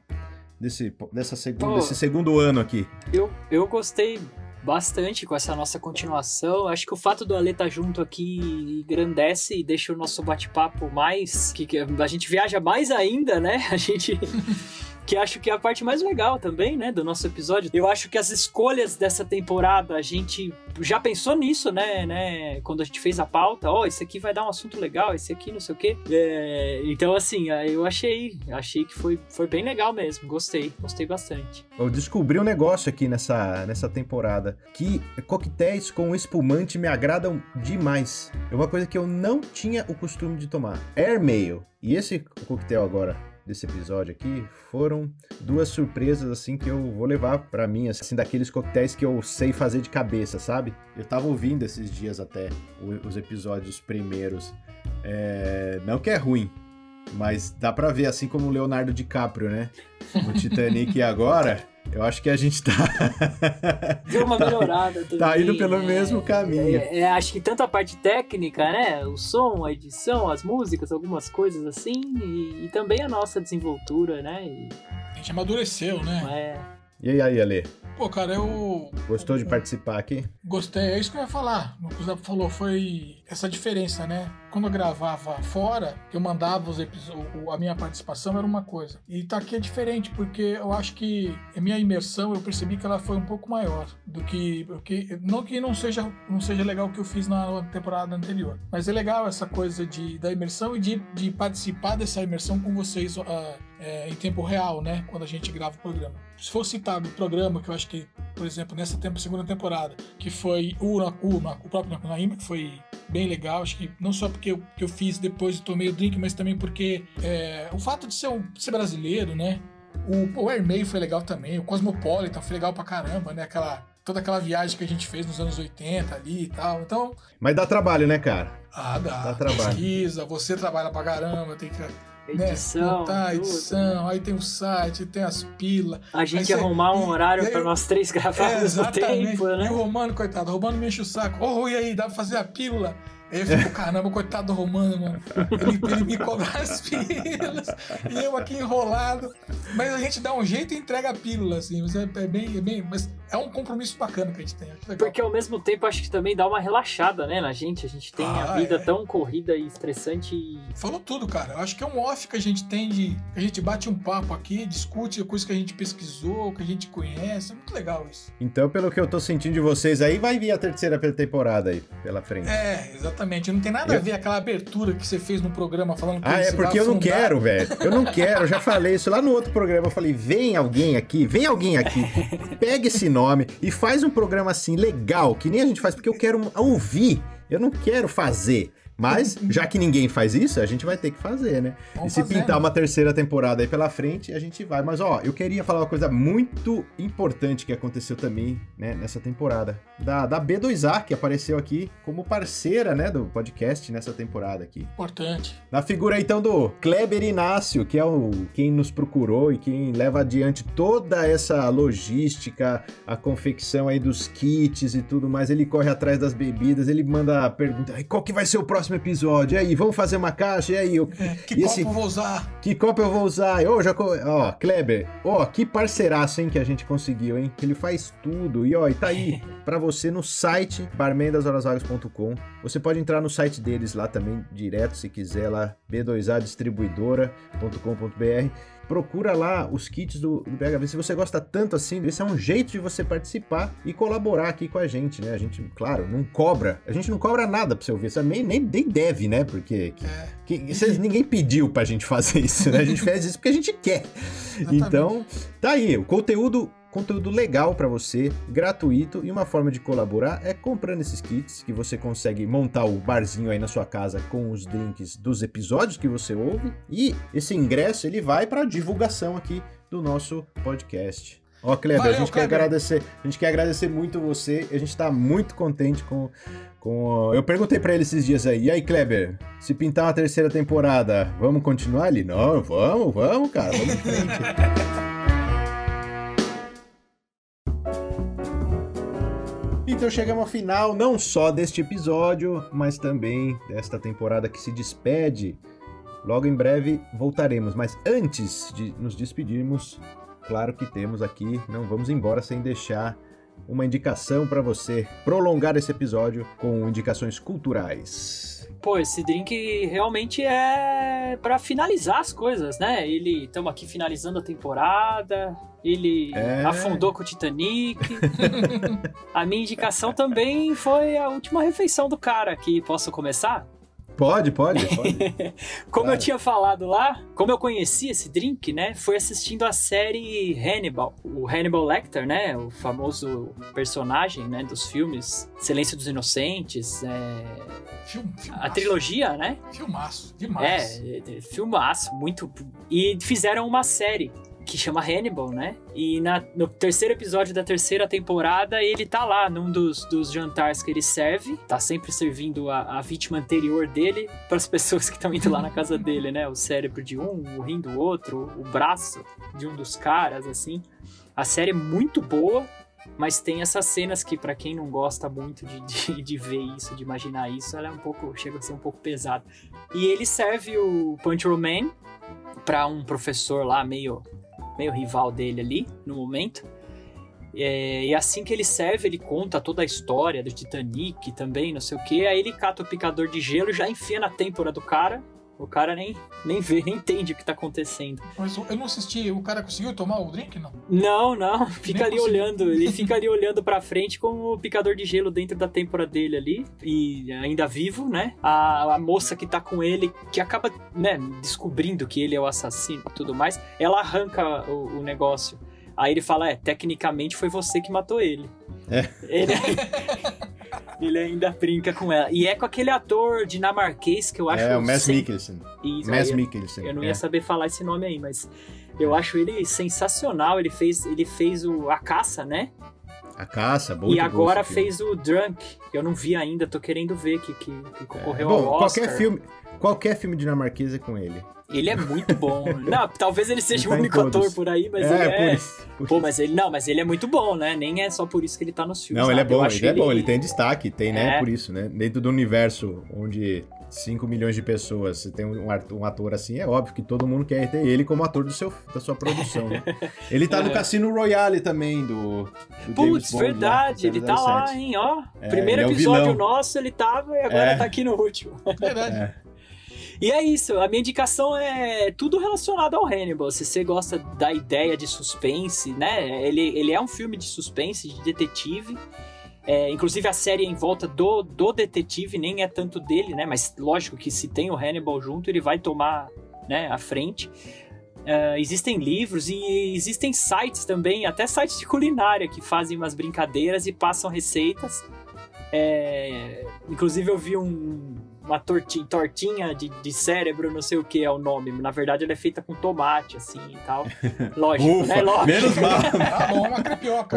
Speaker 1: desse segundo ano aqui?
Speaker 2: Eu gostei bastante com essa nossa continuação. Acho que o fato do Ale estar junto aqui engrandece e deixa o nosso bate-papo mais... que a gente viaja mais ainda, né? A gente... que acho que é a parte mais legal também, né, do nosso episódio. Eu acho que as escolhas dessa temporada, a gente já pensou nisso, né, quando a gente fez a pauta, esse aqui vai dar um assunto legal, esse aqui não sei o quê. Então, assim, eu achei que foi bem legal mesmo, gostei bastante.
Speaker 1: Eu descobri um negócio aqui nessa temporada, que coquetéis com espumante me agradam demais. É uma coisa que eu não tinha o costume de tomar. Airmail. E esse coquetel agora desse episódio aqui foram duas surpresas assim que eu vou levar pra mim, assim, daqueles coquetéis que eu sei fazer de cabeça, sabe? Eu tava ouvindo esses dias até os episódios primeiros, não que é ruim, mas dá pra ver, assim como o Leonardo DiCaprio, né? No Titanic agora, eu acho que a gente tá...
Speaker 2: Deu uma melhorada também.
Speaker 1: Tá indo pelo mesmo caminho.
Speaker 2: Acho que tanto a parte técnica, né? O som, a edição, as músicas, algumas coisas assim, e também a nossa desenvoltura, né?
Speaker 3: A gente amadureceu, né?
Speaker 1: E aí, Ale?
Speaker 3: Pô, cara, eu...
Speaker 1: Gostou de participar aqui?
Speaker 3: Gostei, é isso que eu ia falar. O que o Zé falou foi essa diferença, né? Quando eu gravava fora, eu mandava a minha participação era uma coisa. E tá aqui é diferente, porque eu acho que a minha imersão, eu percebi que ela foi um pouco maior do que... Não que não seja legal o que eu fiz na temporada anterior, mas é legal essa coisa da imersão e de participar dessa imersão com vocês em tempo real, né? Quando a gente grava o programa. Se for citado o programa, que eu acho que, por exemplo, nessa segunda temporada, que foi o próprio Nakunaíma, que foi bem legal, acho que não só porque eu fiz depois e tomei o drink, mas também porque o fato de ser brasileiro, né? O Airmail foi legal também, o Cosmopolitan foi legal pra caramba, né? Toda aquela viagem que a gente fez nos anos 80 ali e tal, então...
Speaker 1: Mas dá trabalho, né, cara?
Speaker 3: Dá
Speaker 1: trabalho.
Speaker 3: Pesquisa, você trabalha pra caramba, tem que...
Speaker 2: Edição,
Speaker 3: edição, aí tem o site, tem as pilas.
Speaker 2: A gente arrumar um horário pra nós três gravarmos no tempo, né?
Speaker 3: E o Romano, coitado, o Romano me enche o saco. E aí, dá pra fazer a pílula? Aí eu fico, caramba, coitado do Romano, mano. Ele me cobra as pílulas e eu aqui enrolado. Mas a gente dá um jeito e entrega a pílula, assim. Mas mas é um compromisso bacana que a gente tem. Acho legal.
Speaker 2: Porque ao mesmo tempo acho que também dá uma relaxada, né, na gente. A gente tem a vida tão corrida e estressante.
Speaker 3: Falou tudo, cara. Eu acho que é um off que a gente tem que a gente bate um papo aqui, discute coisas que a gente pesquisou, que a gente conhece. É muito legal isso.
Speaker 1: Então, pelo que eu tô sentindo de vocês aí, vai vir a terceira temporada aí pela frente.
Speaker 3: Exatamente. Não tem nada a ver aquela abertura que você fez no programa falando que
Speaker 1: é porque eu não quero, velho. Eu não quero. Eu já falei isso lá no outro programa. Eu falei, vem alguém aqui, pega esse nome e faz um programa assim, legal, que nem a gente faz, porque eu quero ouvir. Eu não quero fazer. Mas, já que ninguém faz isso, a gente vai ter que fazer, né?
Speaker 3: Vamos
Speaker 1: e se pintar uma terceira temporada aí pela frente, a gente vai. Mas, eu queria falar uma coisa muito importante que aconteceu também, né, nessa temporada. Da B2A, que apareceu aqui como parceira, né, do podcast nessa temporada aqui.
Speaker 3: Importante.
Speaker 1: Na figura, então, do Kleber Inácio, que é quem nos procurou e quem leva adiante toda essa logística, a confecção aí dos kits e tudo mais. Ele corre atrás das bebidas, ele manda a pergunta, qual que vai ser o próximo episódio? E aí, vamos fazer uma caixa? E aí,
Speaker 3: que copo eu vou usar?
Speaker 1: Que copo eu vou usar? Kleber, que parceiraço, hein, que a gente conseguiu, hein? Ele faz tudo. E tá aí pra você no site barmendashorasvagas.com. Você pode entrar no site deles lá também, direto, se quiser, lá, b2adistribuidora.com.br. Procura lá os kits do BHV. Se você gosta tanto assim, esse é um jeito de você participar e colaborar aqui com a gente, né? A gente, claro, não cobra. A gente não cobra nada pra você ouvir. Você nem deve, né? Porque ninguém pediu pra gente fazer isso, né? A gente faz isso porque a gente quer. Exatamente. Então, tá aí. O conteúdo conteúdo legal para você, gratuito, e uma forma de colaborar é comprando esses kits que você consegue montar o barzinho aí na sua casa com os drinks dos episódios que você ouve, e esse ingresso ele vai para divulgação aqui do nosso podcast. Ó, Kleber,
Speaker 3: Valeu,
Speaker 1: a gente quer agradecer muito você, a gente tá muito contente com... Eu perguntei pra ele esses dias aí, e aí, Kleber, se pintar uma terceira temporada, vamos continuar ali? Não, vamos, cara, vamos em frente. Então chegamos ao final, não só deste episódio, mas também desta temporada que se despede. Logo em breve voltaremos, mas antes de nos despedirmos, claro que temos aqui, não vamos embora sem deixar uma indicação para você prolongar esse episódio com indicações culturais.
Speaker 2: Pô, esse drink realmente é pra finalizar as coisas, né? Estamos aqui finalizando a temporada, ele afundou com o Titanic. A minha indicação também foi a última refeição do cara aqui. Posso começar?
Speaker 1: Pode.
Speaker 2: Como eu tinha falado lá, como eu conheci esse drink, né, foi assistindo a série Hannibal. O Hannibal Lecter, né, o famoso personagem, né, dos filmes Silêncio dos Inocentes, a trilogia, né?
Speaker 3: Filmaço, demais.
Speaker 2: Filmaço, muito. E fizeram uma série que chama Hannibal, né? E no terceiro episódio da terceira temporada, ele tá lá num dos jantares que ele serve, tá sempre servindo a vítima anterior dele para as pessoas que estão indo lá na casa dele, né? O cérebro de um, o rim do outro, o braço de um dos caras, assim. A série é muito boa, mas tem essas cenas que, pra quem não gosta muito de ver isso, de imaginar isso, ela chega a ser um pouco pesada. E ele serve o Punch Romaine pra um professor lá, meio rival dele ali, no momento. E assim que ele serve, ele conta toda a história do Titanic também, não sei o que. Aí ele cata o picador de gelo e já enfia na têmpora do cara. O cara nem vê, nem entende o que tá acontecendo.
Speaker 3: Mas eu não assisti, o cara conseguiu tomar o drink, não?
Speaker 2: Não, fica ali olhando. Ele fica ali olhando pra frente com o picador de gelo dentro da têmpora dele ali. E ainda vivo, né? A moça que tá com ele, que acaba, né, descobrindo que ele é o assassino e tudo mais, ela arranca o negócio. Aí ele fala, tecnicamente foi você que matou ele. Ele ainda brinca com ela. E é com aquele ator dinamarquês que eu acho...
Speaker 1: o Mads Mikkelsen.
Speaker 2: Mads Mikkelsen. Eu não ia saber falar esse nome aí, mas eu acho ele sensacional. Ele fez a Caça, né?
Speaker 1: A Caça, bom.
Speaker 2: E agora fez o Drunk. Eu não vi ainda, tô querendo ver que concorreu ao Oscar.
Speaker 1: Qualquer filme dinamarquês é com ele.
Speaker 2: Ele é muito bom. Não, talvez ele seja o único ator por aí, mas ele é... Pô, mas ele é muito bom, né? Nem é só por isso que ele tá nos filmes.
Speaker 1: Não, ele é bom, ele tem destaque, né? Por isso, né? Dentro do universo onde 5 milhões de pessoas, você tem um ator assim, é óbvio que todo mundo quer ter ele como ator da sua produção, né? Ele tá no Cassino Royale também, do
Speaker 2: Putz, verdade, ele tá lá, hein, ó. Primeiro episódio nosso ele tava e agora tá aqui no último.
Speaker 3: Verdade.
Speaker 2: E é isso, a minha indicação é tudo relacionado ao Hannibal. Se você gosta da ideia de suspense, né? Ele é um filme de suspense, de detetive. Inclusive a série é em volta do detetive, nem é tanto dele, né? Mas lógico que se tem o Hannibal junto, ele vai tomar, né, a frente. Existem livros e existem sites também, até sites de culinária que fazem umas brincadeiras e passam receitas. Inclusive eu vi uma tortinha de cérebro, não sei o que é o nome. Na verdade, ela é feita com tomate, assim, e tal. Lógico,
Speaker 1: Ufa,
Speaker 2: né? Lógico.
Speaker 1: Menos mal.
Speaker 3: Tá bom, uma crepioca.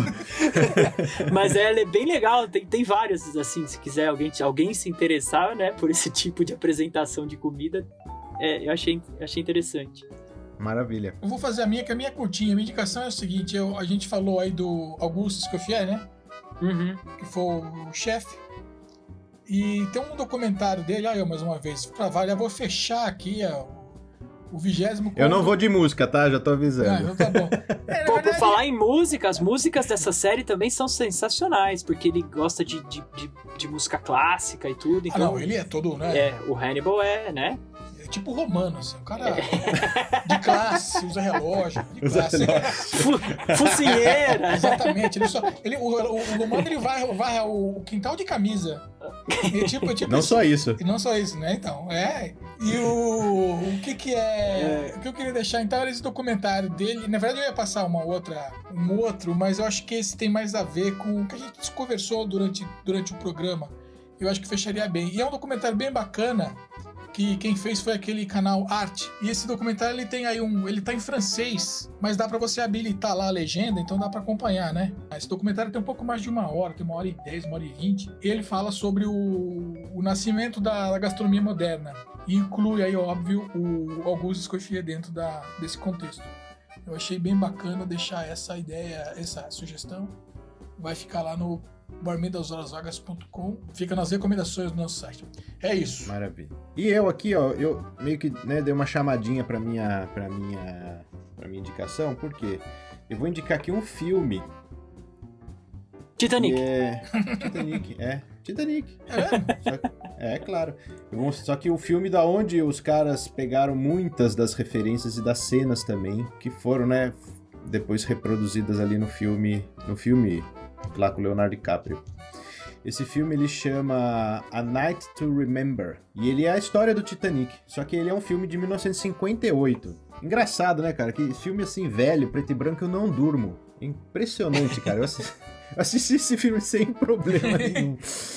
Speaker 2: Mas ela é bem legal. Tem vários, assim, se quiser alguém se interessar, né, por esse tipo de apresentação de comida, eu achei interessante.
Speaker 1: Maravilha.
Speaker 3: Eu vou fazer a minha, que a minha é curtinha. A minha indicação é o seguinte, a gente falou aí do Augusto Escoffier, né?
Speaker 2: Uhum.
Speaker 3: Que foi o chefe. E tem um documentário dele, mais uma vez, pra variar, vou fechar aqui o 20º.
Speaker 1: Eu não vou de música, tá? Já tô avisando.
Speaker 3: Então tá bom.
Speaker 2: Por falar em música, as músicas dessa série também são sensacionais, porque ele gosta de música clássica e tudo. Então,
Speaker 3: não, ele é todo, né?
Speaker 2: O Hannibal né?
Speaker 3: tipo romano, assim. Um cara de classe, usa relógio, de classe.
Speaker 2: Focinheira.
Speaker 3: Exatamente. O romano, ele varre o quintal de camisa. Tipo
Speaker 1: não
Speaker 3: assim,
Speaker 1: só isso.
Speaker 3: E não só isso, né? Então, E o que é... O que eu queria deixar, então, era esse documentário dele. Na verdade, eu ia passar um outro, mas eu acho que esse tem mais a ver com o que a gente conversou durante o programa. Eu acho que fecharia bem. E é um documentário bem bacana, que quem fez foi aquele canal Arte. E esse documentário, ele tem aí ele tá em francês, mas dá pra você habilitar lá a legenda, então dá pra acompanhar, né? Esse documentário tem um pouco mais de 1 hora, tem 1h10, 1h20. E ele fala sobre o nascimento da gastronomia moderna. E inclui aí, óbvio, o Auguste Escoffier dentro desse contexto. Eu achei bem bacana deixar essa ideia, essa sugestão. Vai ficar lá no barmendashorasvagas.com. Fica nas recomendações do nosso site. É isso.
Speaker 1: Maravilha. E eu aqui, ó, eu meio que dei uma chamadinha pra minha indicação, porque eu vou indicar aqui um filme.
Speaker 2: Titanic.
Speaker 1: Titanic. Claro. Só que o filme da onde os caras pegaram muitas das referências e das cenas também, que foram, né, depois reproduzidas ali no filme lá com o Leonardo DiCaprio. Esse filme ele chama A Night to Remember. E ele é a história do Titanic. Só que ele é um filme de 1958. Engraçado, né, cara? Que filme assim, velho, preto e branco, eu não durmo. Impressionante, cara. Eu assisti esse filme sem problema nenhum.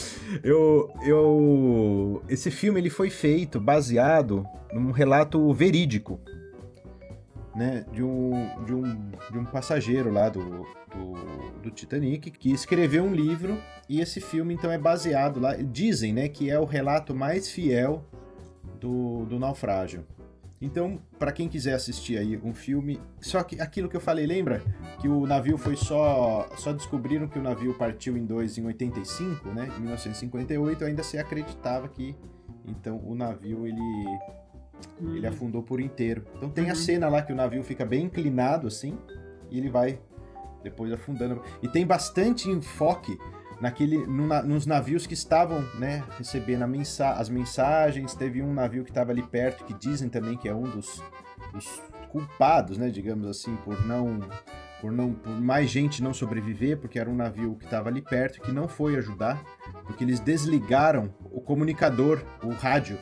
Speaker 1: Esse filme ele foi feito baseado num relato verídico, né, de um passageiro lá do Titanic que escreveu um livro, e esse filme então é baseado lá, dizem, né, que é o relato mais fiel do naufrágio. Então, para quem quiser assistir aí um filme, só que aquilo que eu falei, lembra? Que o navio foi só descobriram que o navio partiu em 85, né? Em 1958 ainda se acreditava que então o navio ele afundou por inteiro. Então tem a cena lá que o navio fica bem inclinado assim, e ele vai depois afundando. E tem bastante enfoque nos navios que estavam, né, recebendo as mensagens. Teve um navio que estava ali perto, que dizem também que é um dos culpados, né, digamos assim, por mais gente não sobreviver, porque era um navio que estava ali perto, que não foi ajudar, porque eles desligaram o comunicador, o rádio,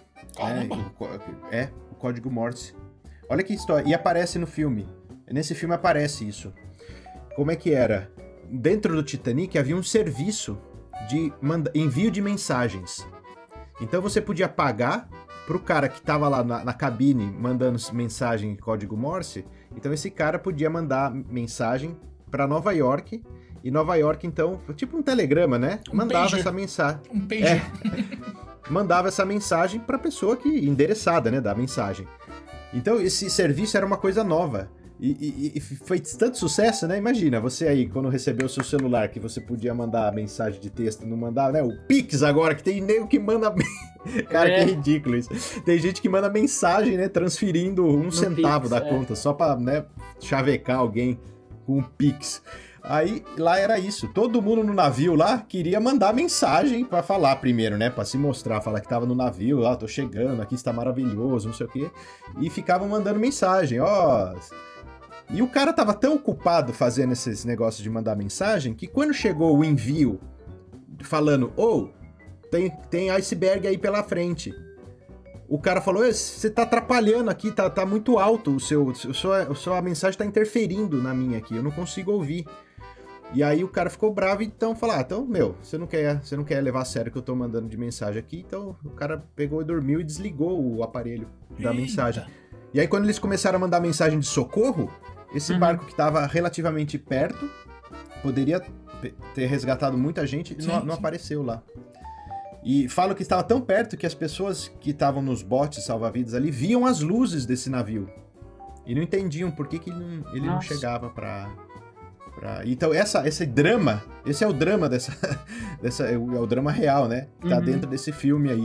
Speaker 1: o código Morse. Olha que história. E aparece no filme. Nesse filme aparece isso. Como é que era? Dentro do Titanic havia um serviço de envio de mensagens. Então você podia pagar pro cara que estava lá na cabine mandando mensagem em código Morse. Então esse cara podia mandar mensagem para Nova York. E Nova York, então, tipo um telegrama, né? Mandava essa mensagem.
Speaker 3: Um pager.
Speaker 1: Mandava essa mensagem para a pessoa endereçada, né, da mensagem. Então esse serviço era uma coisa nova. E foi tanto sucesso, né? Imagina, você aí, quando recebeu o seu celular, que você podia mandar mensagem de texto, não mandava, né? O Pix agora, que tem nego que manda... Cara, que ridículo isso. Tem gente que manda mensagem, né? Transferindo um centavo da conta, só pra, né, chavecar alguém com o Pix. Aí, lá era isso. Todo mundo no navio lá queria mandar mensagem pra falar primeiro, né? Pra se mostrar, falar que tava no navio, lá, tô chegando, aqui está maravilhoso, não sei o quê. E ficavam mandando mensagem, ó... E o cara tava tão ocupado fazendo esses negócios de mandar mensagem, que quando chegou o envio falando, tem iceberg aí pela frente, o cara falou, você tá atrapalhando aqui, tá muito alto, sua mensagem tá interferindo na minha aqui, eu não consigo ouvir. E aí o cara ficou bravo, então falou, então, você não quer levar a sério o que eu tô mandando de mensagem aqui, então o cara pegou e dormiu e desligou o aparelho da mensagem. E aí quando eles começaram a mandar mensagem de socorro, esse barco que estava relativamente perto, poderia ter resgatado muita gente, e não apareceu lá. E falo que estava tão perto que as pessoas que estavam nos botes salva-vidas ali viam as luzes desse navio. E não entendiam por que ele não chegava para... Então esse drama, esse é o drama é o drama real, né? Que tá dentro desse filme aí.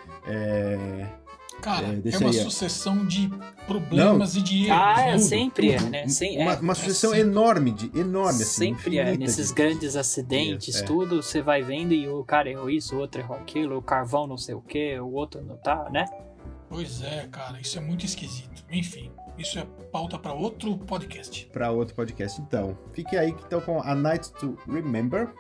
Speaker 3: Cara, é uma sucessão de problemas e de erros.
Speaker 2: Sempre tudo. Né?
Speaker 1: Uma sucessão enorme, assim.
Speaker 2: Sempre nesses grandes acidentes, tudo, você vai vendo e o cara errou isso, o outro errou aquilo, o carvão não sei o que, o outro não tá, né?
Speaker 3: Pois é, cara, isso é muito esquisito. Enfim, isso é pauta para outro podcast.
Speaker 1: Para outro podcast, então. Fique aí então com A Night to Remember.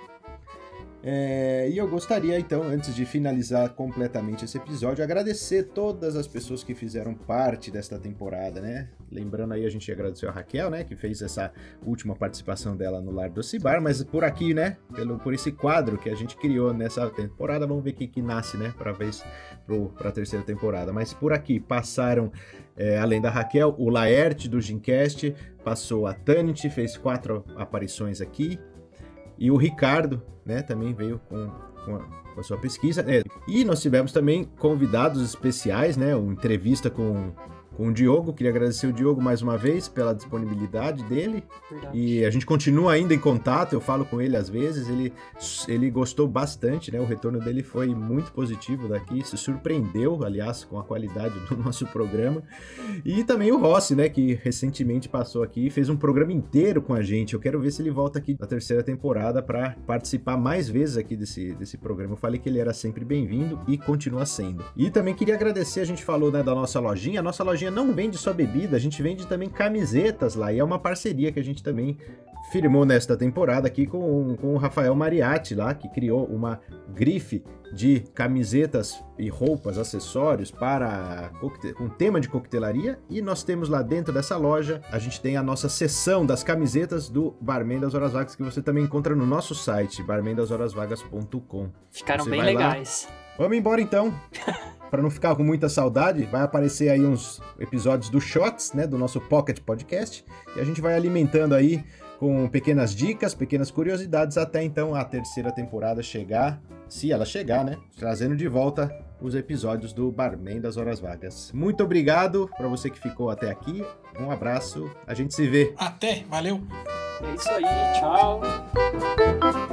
Speaker 1: E eu gostaria, então, antes de finalizar completamente esse episódio, agradecer todas as pessoas que fizeram parte desta temporada, né? Lembrando aí, a gente agradeceu a Raquel, né? Que fez essa última participação dela no Lar do Ocibar, mas por aqui, né? Por esse quadro que a gente criou nessa temporada, vamos ver o que nasce, né? Para a terceira temporada. Mas por aqui passaram, além da Raquel, o Laerte do Gincast, passou a Tanit, fez 4 aparições aqui. E o Ricardo, né, também veio com a sua pesquisa. E nós tivemos também convidados especiais, né, uma entrevista com o Diogo. Queria agradecer o Diogo mais uma vez pela disponibilidade dele.
Speaker 2: Verdade.
Speaker 1: E a gente continua ainda em contato, eu falo com ele às vezes, ele gostou bastante, né? O retorno dele foi muito positivo daqui, se surpreendeu, aliás, com a qualidade do nosso programa. E também o Rossi, né, que recentemente passou aqui e fez um programa inteiro com a gente. Eu quero ver se ele volta aqui na terceira temporada para participar mais vezes aqui desse programa. Eu falei que ele era sempre bem-vindo e continua sendo. E também queria agradecer, a gente falou, né, da nossa lojinha. A nossa lojinha não vende só bebida, a gente vende também camisetas lá, e é uma parceria que a gente também firmou nesta temporada aqui com o Rafael Mariatti lá, que criou uma grife de camisetas e roupas, acessórios com tema de coquetelaria, e nós temos lá dentro dessa loja, a gente tem a nossa seção das camisetas do Barman das Horas Vagas, que você também encontra no nosso site, barmendashorasvagas.com.
Speaker 2: Ficaram
Speaker 1: você
Speaker 2: bem legais.
Speaker 1: Vamos embora então. Para não ficar com muita saudade, vai aparecer aí uns episódios do Shots, né, do nosso Pocket Podcast, e a gente vai alimentando aí com pequenas dicas, pequenas curiosidades, até então a terceira temporada chegar, se ela chegar, né, trazendo de volta os episódios do Barman das Horas Vagas. Muito obrigado para você que ficou até aqui, um abraço, a gente se vê.
Speaker 3: Até, valeu!
Speaker 2: É isso aí, tchau!